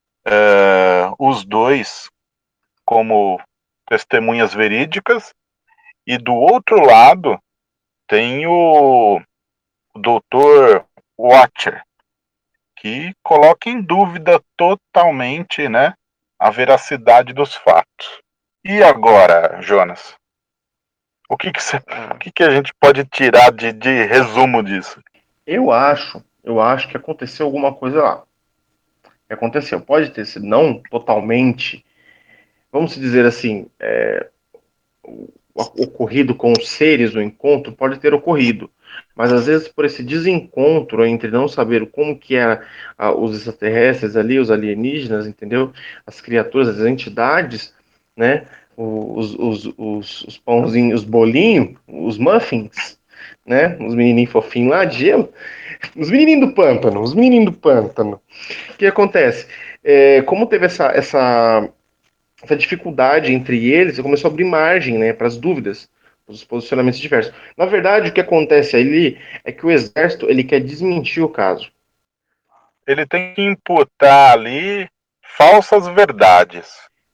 uh, os dois como testemunhas verídicas, e do outro lado tem o, o doutor Watcher, que coloca em dúvida totalmente, né, a veracidade dos fatos. E agora, Jonas? O que, que, cê, o Ah, que, que a gente pode tirar de, de resumo disso? eu acho, eu acho que aconteceu alguma coisa lá. que aconteceu. Pode ter sido não totalmente, vamos dizer assim, é, o- ocorrido com os seres, o encontro pode ter ocorrido, mas às vezes por esse desencontro entre não saber como que era ah, os extraterrestres ali, os alienígenas, entendeu? As criaturas, as entidades, né? Os, os, os, os pãozinhos, os bolinhos, os muffins, né? Os menininhos fofinhos lá de gelo, os menininhos do pântano, os menininhos do pântano. O que acontece? É, como teve essa, essa essa dificuldade entre eles começou a abrir margem, né, para as dúvidas, os posicionamentos diversos. Na verdade, o que acontece ali é que o exército ele quer desmentir o caso. Ele tem que imputar ali falsas verdades.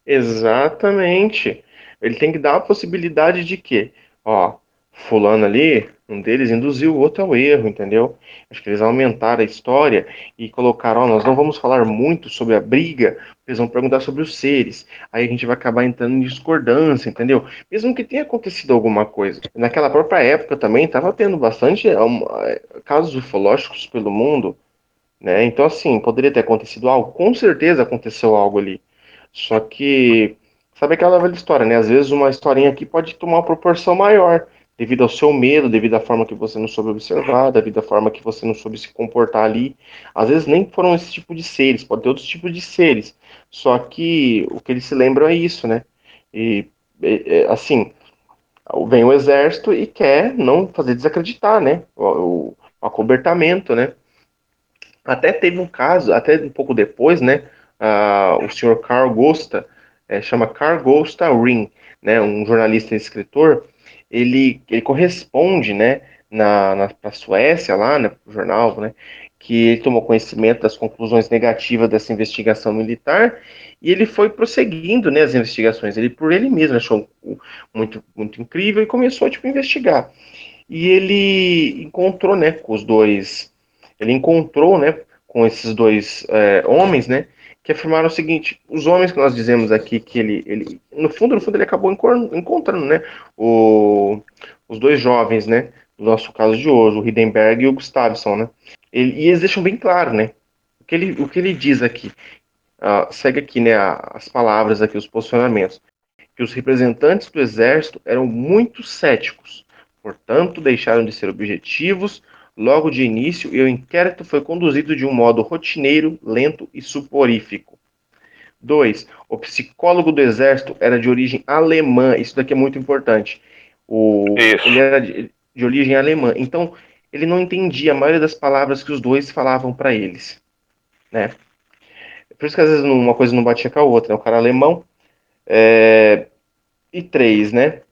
Exatamente. Ele tem que dar a possibilidade de que, ó, fulano ali, um deles induziu o outro ao erro, entendeu? Acho que eles aumentaram a história e colocaram, ó, nós não vamos falar muito sobre a briga, eles vão perguntar sobre os seres. Aí a gente vai acabar entrando em discordância, entendeu? Mesmo que tenha acontecido alguma coisa. Naquela própria época também estava tendo bastante um, casos ufológicos pelo mundo, né? Então, assim, poderia ter acontecido algo, com certeza aconteceu algo ali. Só que, sabe aquela velha história, né? Às vezes uma historinha aqui pode tomar uma proporção maior, devido ao seu medo, devido à forma que você não soube observar, devido à forma que você não soube se comportar ali. Às vezes nem foram esse tipo de seres, pode ter outros tipos de seres. Só que o que eles se lembram é isso, né? E, e, assim, vem o exército e quer não fazer desacreditar, né? O, o acobertamento, né? Até teve um caso, até um pouco depois, né? Uh, o senhor Carl Gosta, é, chama Carl Gosta Ring, né? Um jornalista e escritor, ele, ele corresponde, né? Na, na pra Suécia, lá, né? Pro jornal, né? Que ele tomou conhecimento das conclusões negativas dessa investigação militar e ele foi prosseguindo, né? As investigações. Ele por ele mesmo achou muito, muito incrível e começou tipo, a investigar. E ele encontrou, né? Com os dois ele encontrou, né, com esses dois é, homens, né, que afirmaram o seguinte: os homens que nós dizemos aqui que ele, ele no fundo, no fundo, ele acabou encontrando, né, o, os dois jovens, né, do nosso caso de hoje, o Hindenburg e o Gustafsson, né, ele, e eles deixam bem claro, né, o que ele, o que ele diz aqui, uh, segue aqui, né, as palavras aqui, os posicionamentos, que os representantes do exército eram muito céticos, portanto, deixaram de ser objetivos logo de início e o inquérito foi conduzido de um modo rotineiro, lento e suporífico. dois. O psicólogo do exército era de origem alemã, isso daqui é muito importante. O, ele Isso. era de, de origem alemã, então ele não entendia a maioria das palavras que os dois falavam para eles, né? Por isso que às vezes uma coisa não batia com a outra, né? O cara alemão. É, e três, né?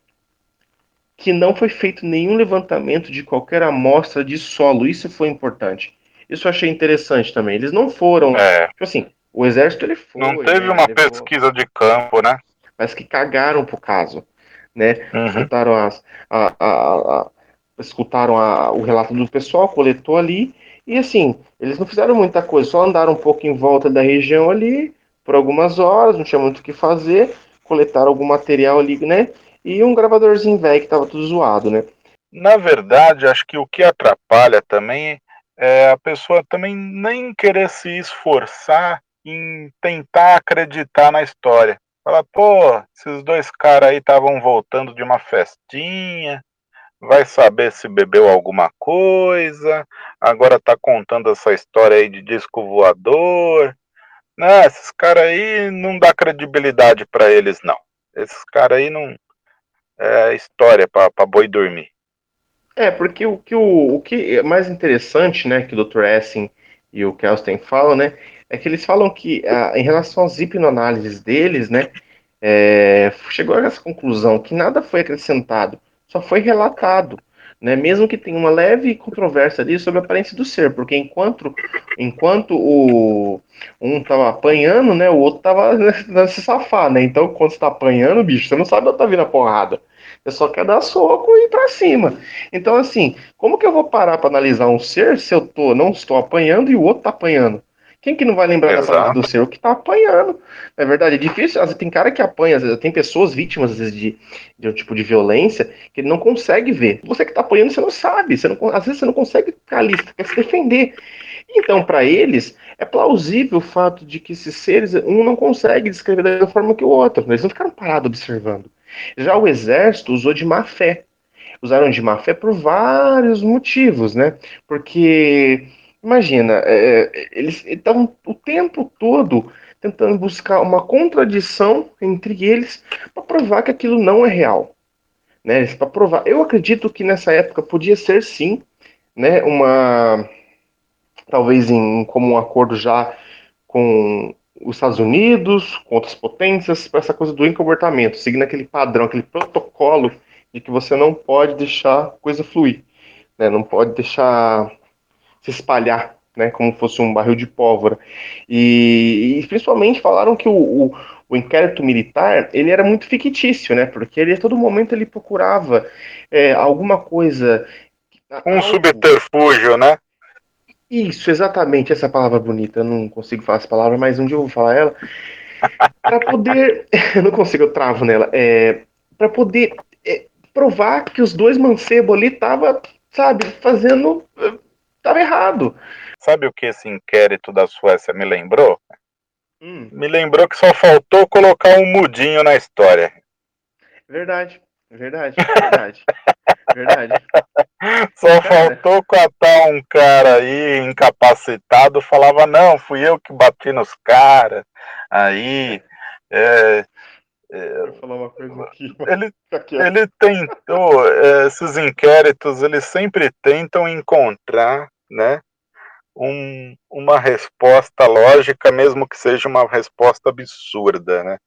Que não foi feito nenhum levantamento de qualquer amostra de solo. Isso foi importante. Isso eu achei interessante também. Eles não foram, É. tipo assim, o exército ele Não foi, teve né? uma Levou, pesquisa de campo, né? mas que cagaram pro caso, né? Uhum. Escutaram as, a, a, a, escutaram a, o relato do pessoal, coletou ali e assim, eles não fizeram muita coisa, só andaram um pouco em volta da região ali por algumas horas, não tinha muito o que fazer, coletaram algum material ali, né? E um gravadorzinho velho que tava tudo zoado, né? Na verdade, acho que o que atrapalha também é a pessoa também nem querer se esforçar em tentar acreditar na história. Fala, pô, esses dois caras aí estavam voltando de uma festinha, vai saber se bebeu alguma coisa, agora tá contando essa história aí de disco voador. Não, esses caras aí não dá credibilidade pra eles, não. Esses caras aí não. É história pra, pra boi dormir. É, porque o que, o, o que é mais interessante, né, que o doutor Essing e o Kelsten falam, né, é que eles falam que, ah, em relação às hipnoanálises deles, né, é, chegou a essa conclusão que nada foi acrescentado, só foi relatado, né, mesmo que tenha uma leve controvérsia ali sobre a aparência do ser, porque enquanto, enquanto o um tava apanhando, né, o outro tava tentando se safar, né, então quando você tá apanhando, bicho, você não sabe onde tá vindo a porrada, você só quer dar soco e ir pra cima. Então, assim, como que eu vou parar para analisar um ser se eu tô, não estou apanhando e o outro tá apanhando? Quem que não vai lembrar da aparência do Exato. ser? O que tá apanhando. Na verdade, é difícil. Às vezes, tem cara que apanha, às vezes, tem pessoas vítimas às vezes, de, de um tipo de violência que ele não consegue ver. Você que tá apanhando, você não sabe. Você não, às vezes você não consegue ficar ali, você quer se defender. Então, para eles, é plausível o fato de que esses seres, um não consegue descrever da mesma forma que o outro. Eles não ficaram parados observando. Já o exército usou de má fé. Usaram de má fé por vários motivos, né? Porque, imagina, é, eles estão o tempo todo tentando buscar uma contradição entre eles para provar que aquilo não é real, né? Para provar. Eu acredito que nessa época podia ser sim, né? Uma talvez em comum acordo já com os Estados Unidos, com outras potências, para essa coisa do encomportamento, seguindo aquele padrão, aquele protocolo de que você não pode deixar a coisa fluir, né? Não pode deixar se espalhar, né? Como fosse um barril de pólvora. E, e principalmente falaram que o, o, o inquérito militar ele era muito fictício, né? Porque ele a todo momento ele procurava é, alguma coisa, Um algo. subterfúgio, né? Isso, exatamente, essa palavra bonita. Eu não consigo falar essa palavra, mas um dia eu vou falar ela. Para poder. Eu não consigo, eu travo nela. É, para poder é, provar que os dois mancebos ali tava, sabe, fazendo. Tava errado. Sabe o que esse inquérito da Suécia me lembrou? Hum, Me lembrou que só faltou colocar um mudinho na história. verdade, verdade, verdade, verdade. Só Cara, faltou catar um cara aí incapacitado, falava, não, fui eu que bati nos caras. Aí, é, eu vou falar uma coisa aqui. ele, Fica quieto. ele tentou, é, esses inquéritos, eles sempre tentam encontrar, né, um, uma resposta lógica, mesmo que seja uma resposta absurda, né?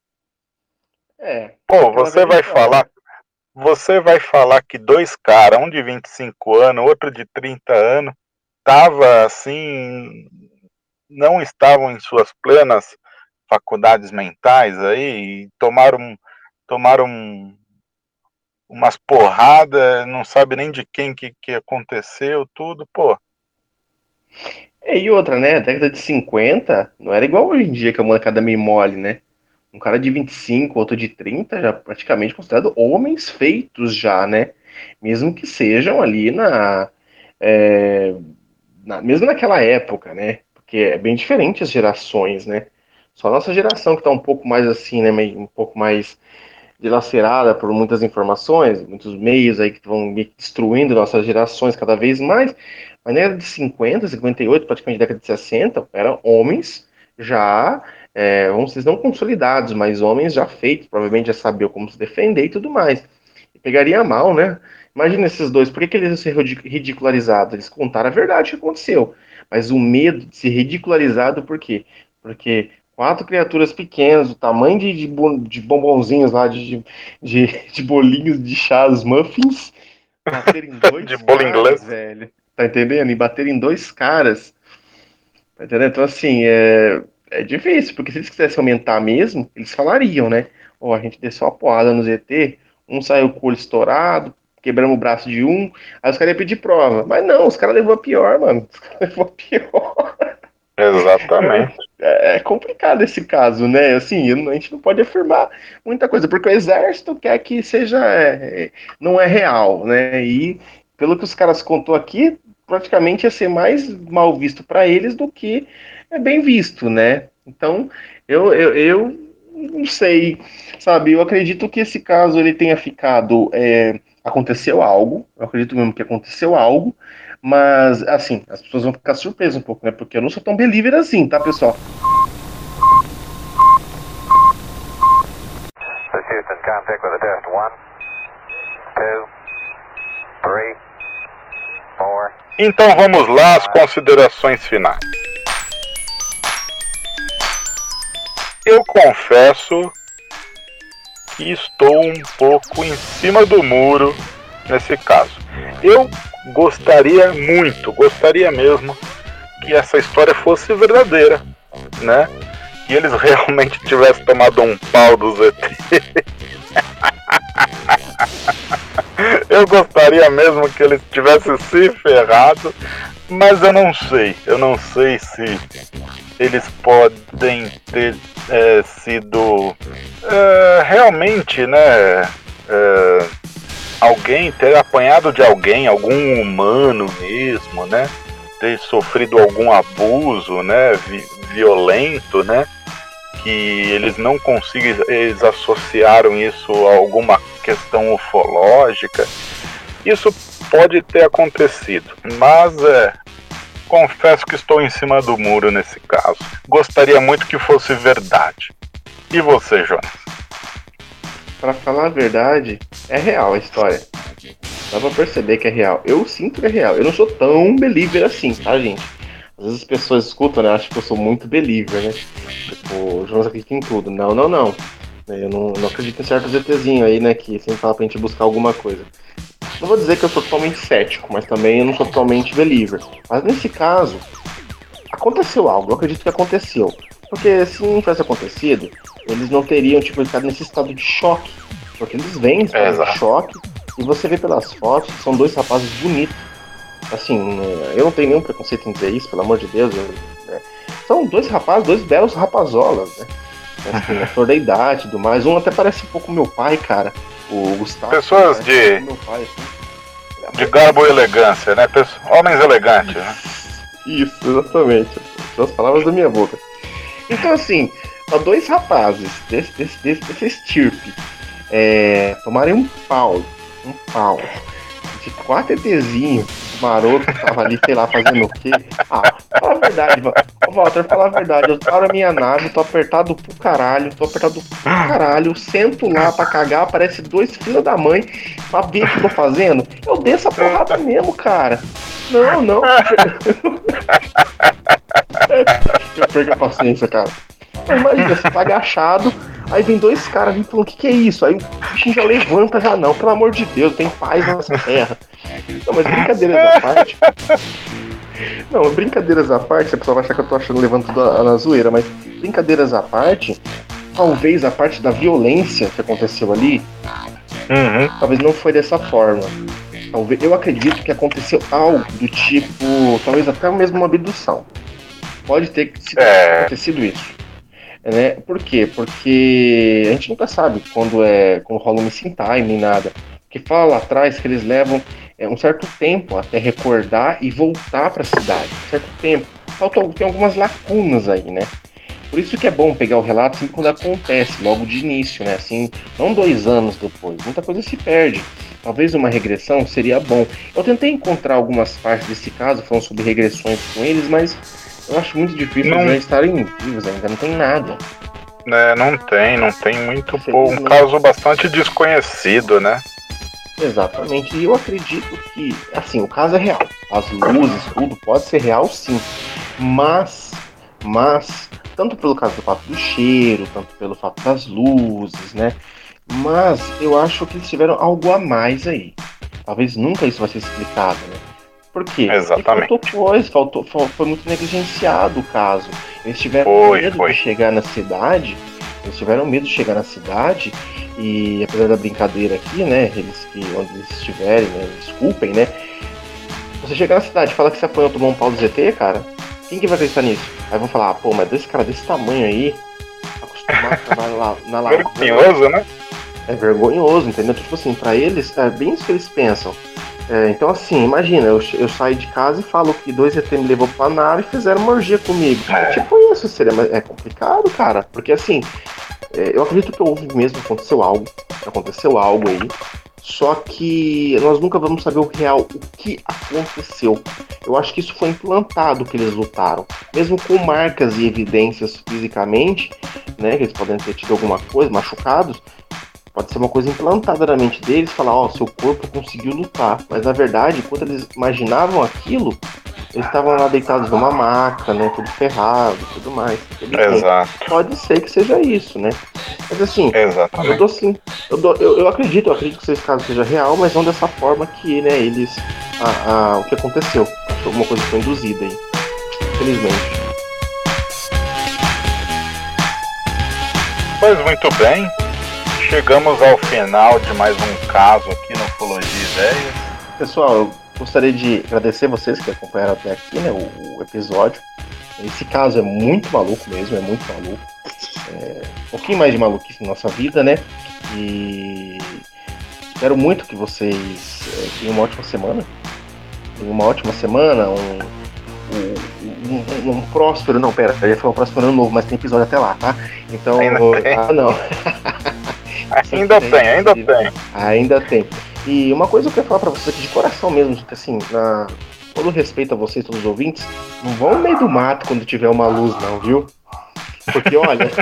É, Pô, aquela você velha vai história. falar, você vai falar que dois caras, um de vinte e cinco anos, outro de trinta anos, tava assim, não estavam em suas plenas faculdades mentais aí, e tomaram, tomaram umas porradas, não sabe nem de quem que, que aconteceu, tudo, pô. É, e outra, né? A década de cinquenta não era igual hoje em dia que a molecada é meio mole, né? Um cara de vinte e cinco, outro de trinta, já praticamente considerado homens feitos já, né? Mesmo que sejam ali na, é, na- mesmo naquela época, né? Porque é bem diferente as gerações, né? Só a nossa geração que tá um pouco mais assim, né? Meio, um pouco mais dilacerada por muitas informações, muitos meios aí que vão destruindo nossas gerações cada vez mais. Mas na década de cinquenta, cinquenta e oito, praticamente década de sessenta, eram homens já, é, vamos dizer, não consolidados, mas homens já feitos, provavelmente já sabiam como se defender e tudo mais. E pegaria mal, né? Imagina esses dois, por que, que eles iam ser ridicularizados? Eles contaram a verdade que aconteceu, mas o medo de ser ridicularizado, por quê? Porque quatro criaturas pequenas, do tamanho de, de, de bombonzinhos lá, de, de, de bolinhos de chá, os muffins, baterem De dois bolo inglês. caras, velho. Tá entendendo? E baterem dois caras. Tá entendendo? Então, assim, é, é difícil, porque se eles quisessem aumentar mesmo, eles falariam, né? Ó, a gente desceu uma porrada no Z T, um saiu com o olho estourado, quebramos o braço de um, aí os caras iam pedir prova. Mas não, os caras levou a pior, mano. Os caras levou a pior. Exatamente. É, é complicado esse caso, né? Assim, a gente não pode afirmar muita coisa, porque o exército quer que seja, é, é, não é real, né? E pelo que os caras contou aqui, praticamente ia ser mais mal visto para eles do que é bem visto, né? Então, eu, eu, eu não sei, sabe? Eu acredito que esse caso ele tenha ficado, é, aconteceu algo, eu acredito mesmo que aconteceu algo, mas, assim, as pessoas vão ficar surpresas um pouco, né? Porque eu não sou tão believer assim, tá, pessoal? This is Houston, contact with a test. One, two, three, four. Então vamos lá às considerações finais. Eu confesso que estou um pouco em cima do muro nesse caso. Eu gostaria muito, gostaria mesmo que essa história fosse verdadeira, né? Que eles realmente tivessem tomado um pau do Z T. Eu gostaria mesmo que eles tivessem se ferrado, mas eu não sei, eu não sei se eles podem ter é, sido é, realmente, né, é, alguém ter apanhado de alguém, algum humano mesmo, né? ter sofrido algum abuso, né, vi- violento, né, que eles não conseguem, eles associaram isso a alguma questão ufológica. Isso pode ter acontecido, mas é, confesso que estou em cima do muro nesse caso. Gostaria muito que fosse verdade. E você, Jonas? Pra falar a verdade, é real a história. Dá pra perceber que é real. Eu sinto que é real. Eu não sou tão believer assim, tá, gente? Às vezes as pessoas escutam, né? Acham que eu sou muito believer, né? Tipo, o Jonas acredita em tudo. Não, não, não. Eu não, não acredito em certos ETzinhos aí, né? Que sempre fala pra gente buscar alguma coisa. Não vou dizer que eu sou totalmente cético, mas também eu não sou totalmente believer. Mas nesse caso, aconteceu algo. Eu acredito que aconteceu. Porque se não tivesse acontecido, eles não teriam, tipo, ficado nesse estado de choque. Porque eles vêm em estado Exato. de choque. E você vê pelas fotos que são dois rapazes bonitos. Assim, eu não tenho nenhum preconceito em dizer isso, pelo amor de Deus. Eu, né? São dois rapazes, dois belos rapazolas, né? Assim, a flor da idade e tudo mais. Um até parece um pouco meu pai, cara. O Gustavo. Pessoas parece de- um pouco meu pai, assim. De garbo e elegância, né? Pesso- Homens elegantes, né? Isso, exatamente. São as palavras da minha boca. Então, assim, ó, dois rapazes desse, desse, desse, desse estirpe é, tomarem um pau, um pau, de quatro ETzinhos, maroto, que tava ali, sei lá, fazendo o quê? Ah, fala a verdade, Val- Ô, Walter, fala a verdade, eu paro a minha nave, tô apertado pro caralho, tô apertado pro caralho, sento lá pra cagar, aparece dois filhos da mãe, pra ver o que eu tô fazendo, eu desço a porrada mesmo, cara. Não, não. Eu perco a paciência, cara. Mas imagina, você tá agachado, aí vem dois caras vindo falando, o que que é isso? Aí o bichinho já levanta, já não, pelo amor de Deus, tem paz nessa terra. Não, mas brincadeiras à parte. Não, brincadeiras à parte, a pessoa vai achar que eu tô achando levando tudo a- na zoeira, mas brincadeiras à parte, talvez a parte da violência que aconteceu ali, Uhum. talvez não foi dessa forma. Talvez, eu acredito que aconteceu algo do tipo, talvez até mesmo uma abdução. Pode ter sido, É. acontecido isso. Né? Por quê? Porque a gente nunca sabe quando é quando rola um missing time nem nada. Porque fala lá atrás que eles levam é, um certo tempo até recordar e voltar para a cidade. Um certo tempo. Faltam, tem algumas lacunas aí, né? Por isso que é bom pegar o relato assim quando acontece, logo de início, né? Assim, não dois anos depois. Muita coisa se perde. Talvez uma regressão seria bom. Eu tentei encontrar algumas partes desse caso, falando sobre regressões com eles, mas eu acho muito difícil Não. eles estarem vivos ainda, não tem nada. É, não tem, não tem muito pouco. Um Infelizmente. caso bastante desconhecido, né? Exatamente, e eu acredito que, assim, o caso é real. As luzes, tudo pode ser real, sim. Mas, mas, tanto pelo caso do fato do cheiro, tanto pelo fato das luzes, né? Mas eu acho que eles tiveram algo a mais aí. Talvez nunca isso vai ser explicado, né? Por quê? Exatamente. Porque faltou coisa, faltou, fal- foi muito negligenciado o caso. Eles tiveram Foi, medo foi. de chegar na cidade, eles tiveram medo de chegar na cidade e, apesar da brincadeira aqui, né, eles que, onde eles estiverem, né, desculpem, né, você chega na cidade e fala que você apanhou, tomou um pau do Z T, cara, quem que vai acreditar nisso? Aí vão falar, ah, pô, mas dois caras desse tamanho aí, acostumado a trabalhar lá, na lavoura, Vergonhoso, né? é vergonhoso, entendeu? Tipo assim, pra eles, é bem isso que eles pensam. É, então, assim, imagina, eu, eu saio de casa e falo que dois E T me levou pra nave e fizeram uma orgia comigo. É. Tipo isso, seria, mas é complicado, cara. Porque, assim, é, eu acredito que houve mesmo, aconteceu algo. Aconteceu algo aí. Só que nós nunca vamos saber o real, o que aconteceu. Eu acho que isso foi implantado que eles lutaram. Mesmo com marcas e evidências fisicamente, né, que eles podem ter tido alguma coisa, machucados, pode ser uma coisa implantada na mente deles, falar, ó, seu corpo conseguiu lutar. Mas na verdade, enquanto eles imaginavam aquilo, eles estavam lá deitados numa maca, né, tudo ferrado, tudo mais. Tudo bem. Exato, Pode ser que seja isso, né? Mas assim, eu exatamente. dou sim, eu, dou, eu, eu acredito, eu acredito que esse caso seja real, mas não dessa forma que, né, eles, a, a, o que aconteceu. Acho que alguma coisa foi induzida aí, infelizmente. Pois muito bem, chegamos ao final de mais um caso aqui no Ufologia Ideias. Pessoal, eu gostaria de agradecer vocês que acompanharam até aqui, né, o, o episódio. Esse caso é muito maluco mesmo, é muito maluco. É, um pouquinho mais de maluquice na nossa vida, né? E espero muito que vocês é, tenham uma ótima semana. Tenham uma ótima semana, um, um, um, um próspero, não, pera, eu ia falar um próspero ano novo, mas tem episódio até lá, tá? Então, Ainda tem. ah, não. Ainda tem, ainda tem. Ainda tem. E uma coisa que eu quero falar pra vocês aqui de coração mesmo, assim, na... todo respeito a vocês, todos os ouvintes, não vão no meio do mato quando tiver uma luz, não, viu? Porque, olha,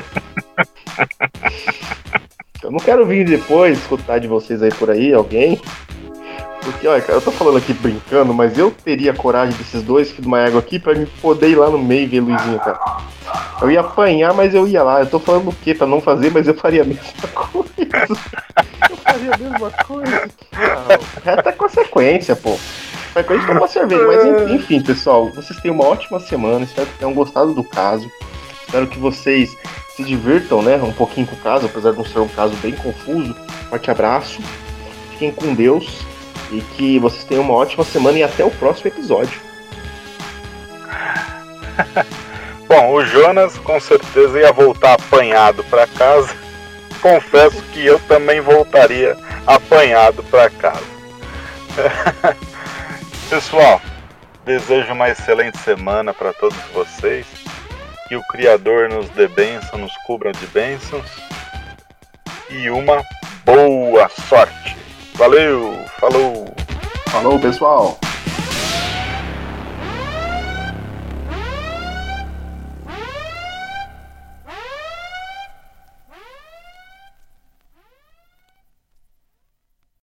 eu não quero vir depois escutar de vocês aí por aí, alguém. Porque, olha, cara, eu tô falando aqui brincando, mas eu teria coragem desses dois filhos de uma égua aqui pra me poder ir lá no meio e ver Luizinho, cara. Eu ia apanhar, mas eu ia lá. Eu tô falando o quê? Pra não fazer, mas eu faria a mesma coisa. Eu faria a mesma coisa. Ah, resta consequência, pô. Vai com a gente tomar cerveja. Mas enfim, pessoal, vocês tenham uma ótima semana. Espero que tenham gostado do caso. Espero que vocês se divirtam, né? Um pouquinho com o caso, apesar de não ser um caso bem confuso. Forte abraço. Fiquem com Deus. E que vocês tenham uma ótima semana e até o próximo episódio. Bom, o Jonas com certeza ia voltar apanhado para casa. Confesso que eu também voltaria apanhado para casa. Pessoal, desejo uma excelente semana para todos vocês. Que o Criador nos dê bênção, nos cubra de bênçãos. E uma boa sorte. Valeu, falou! Falou, pessoal!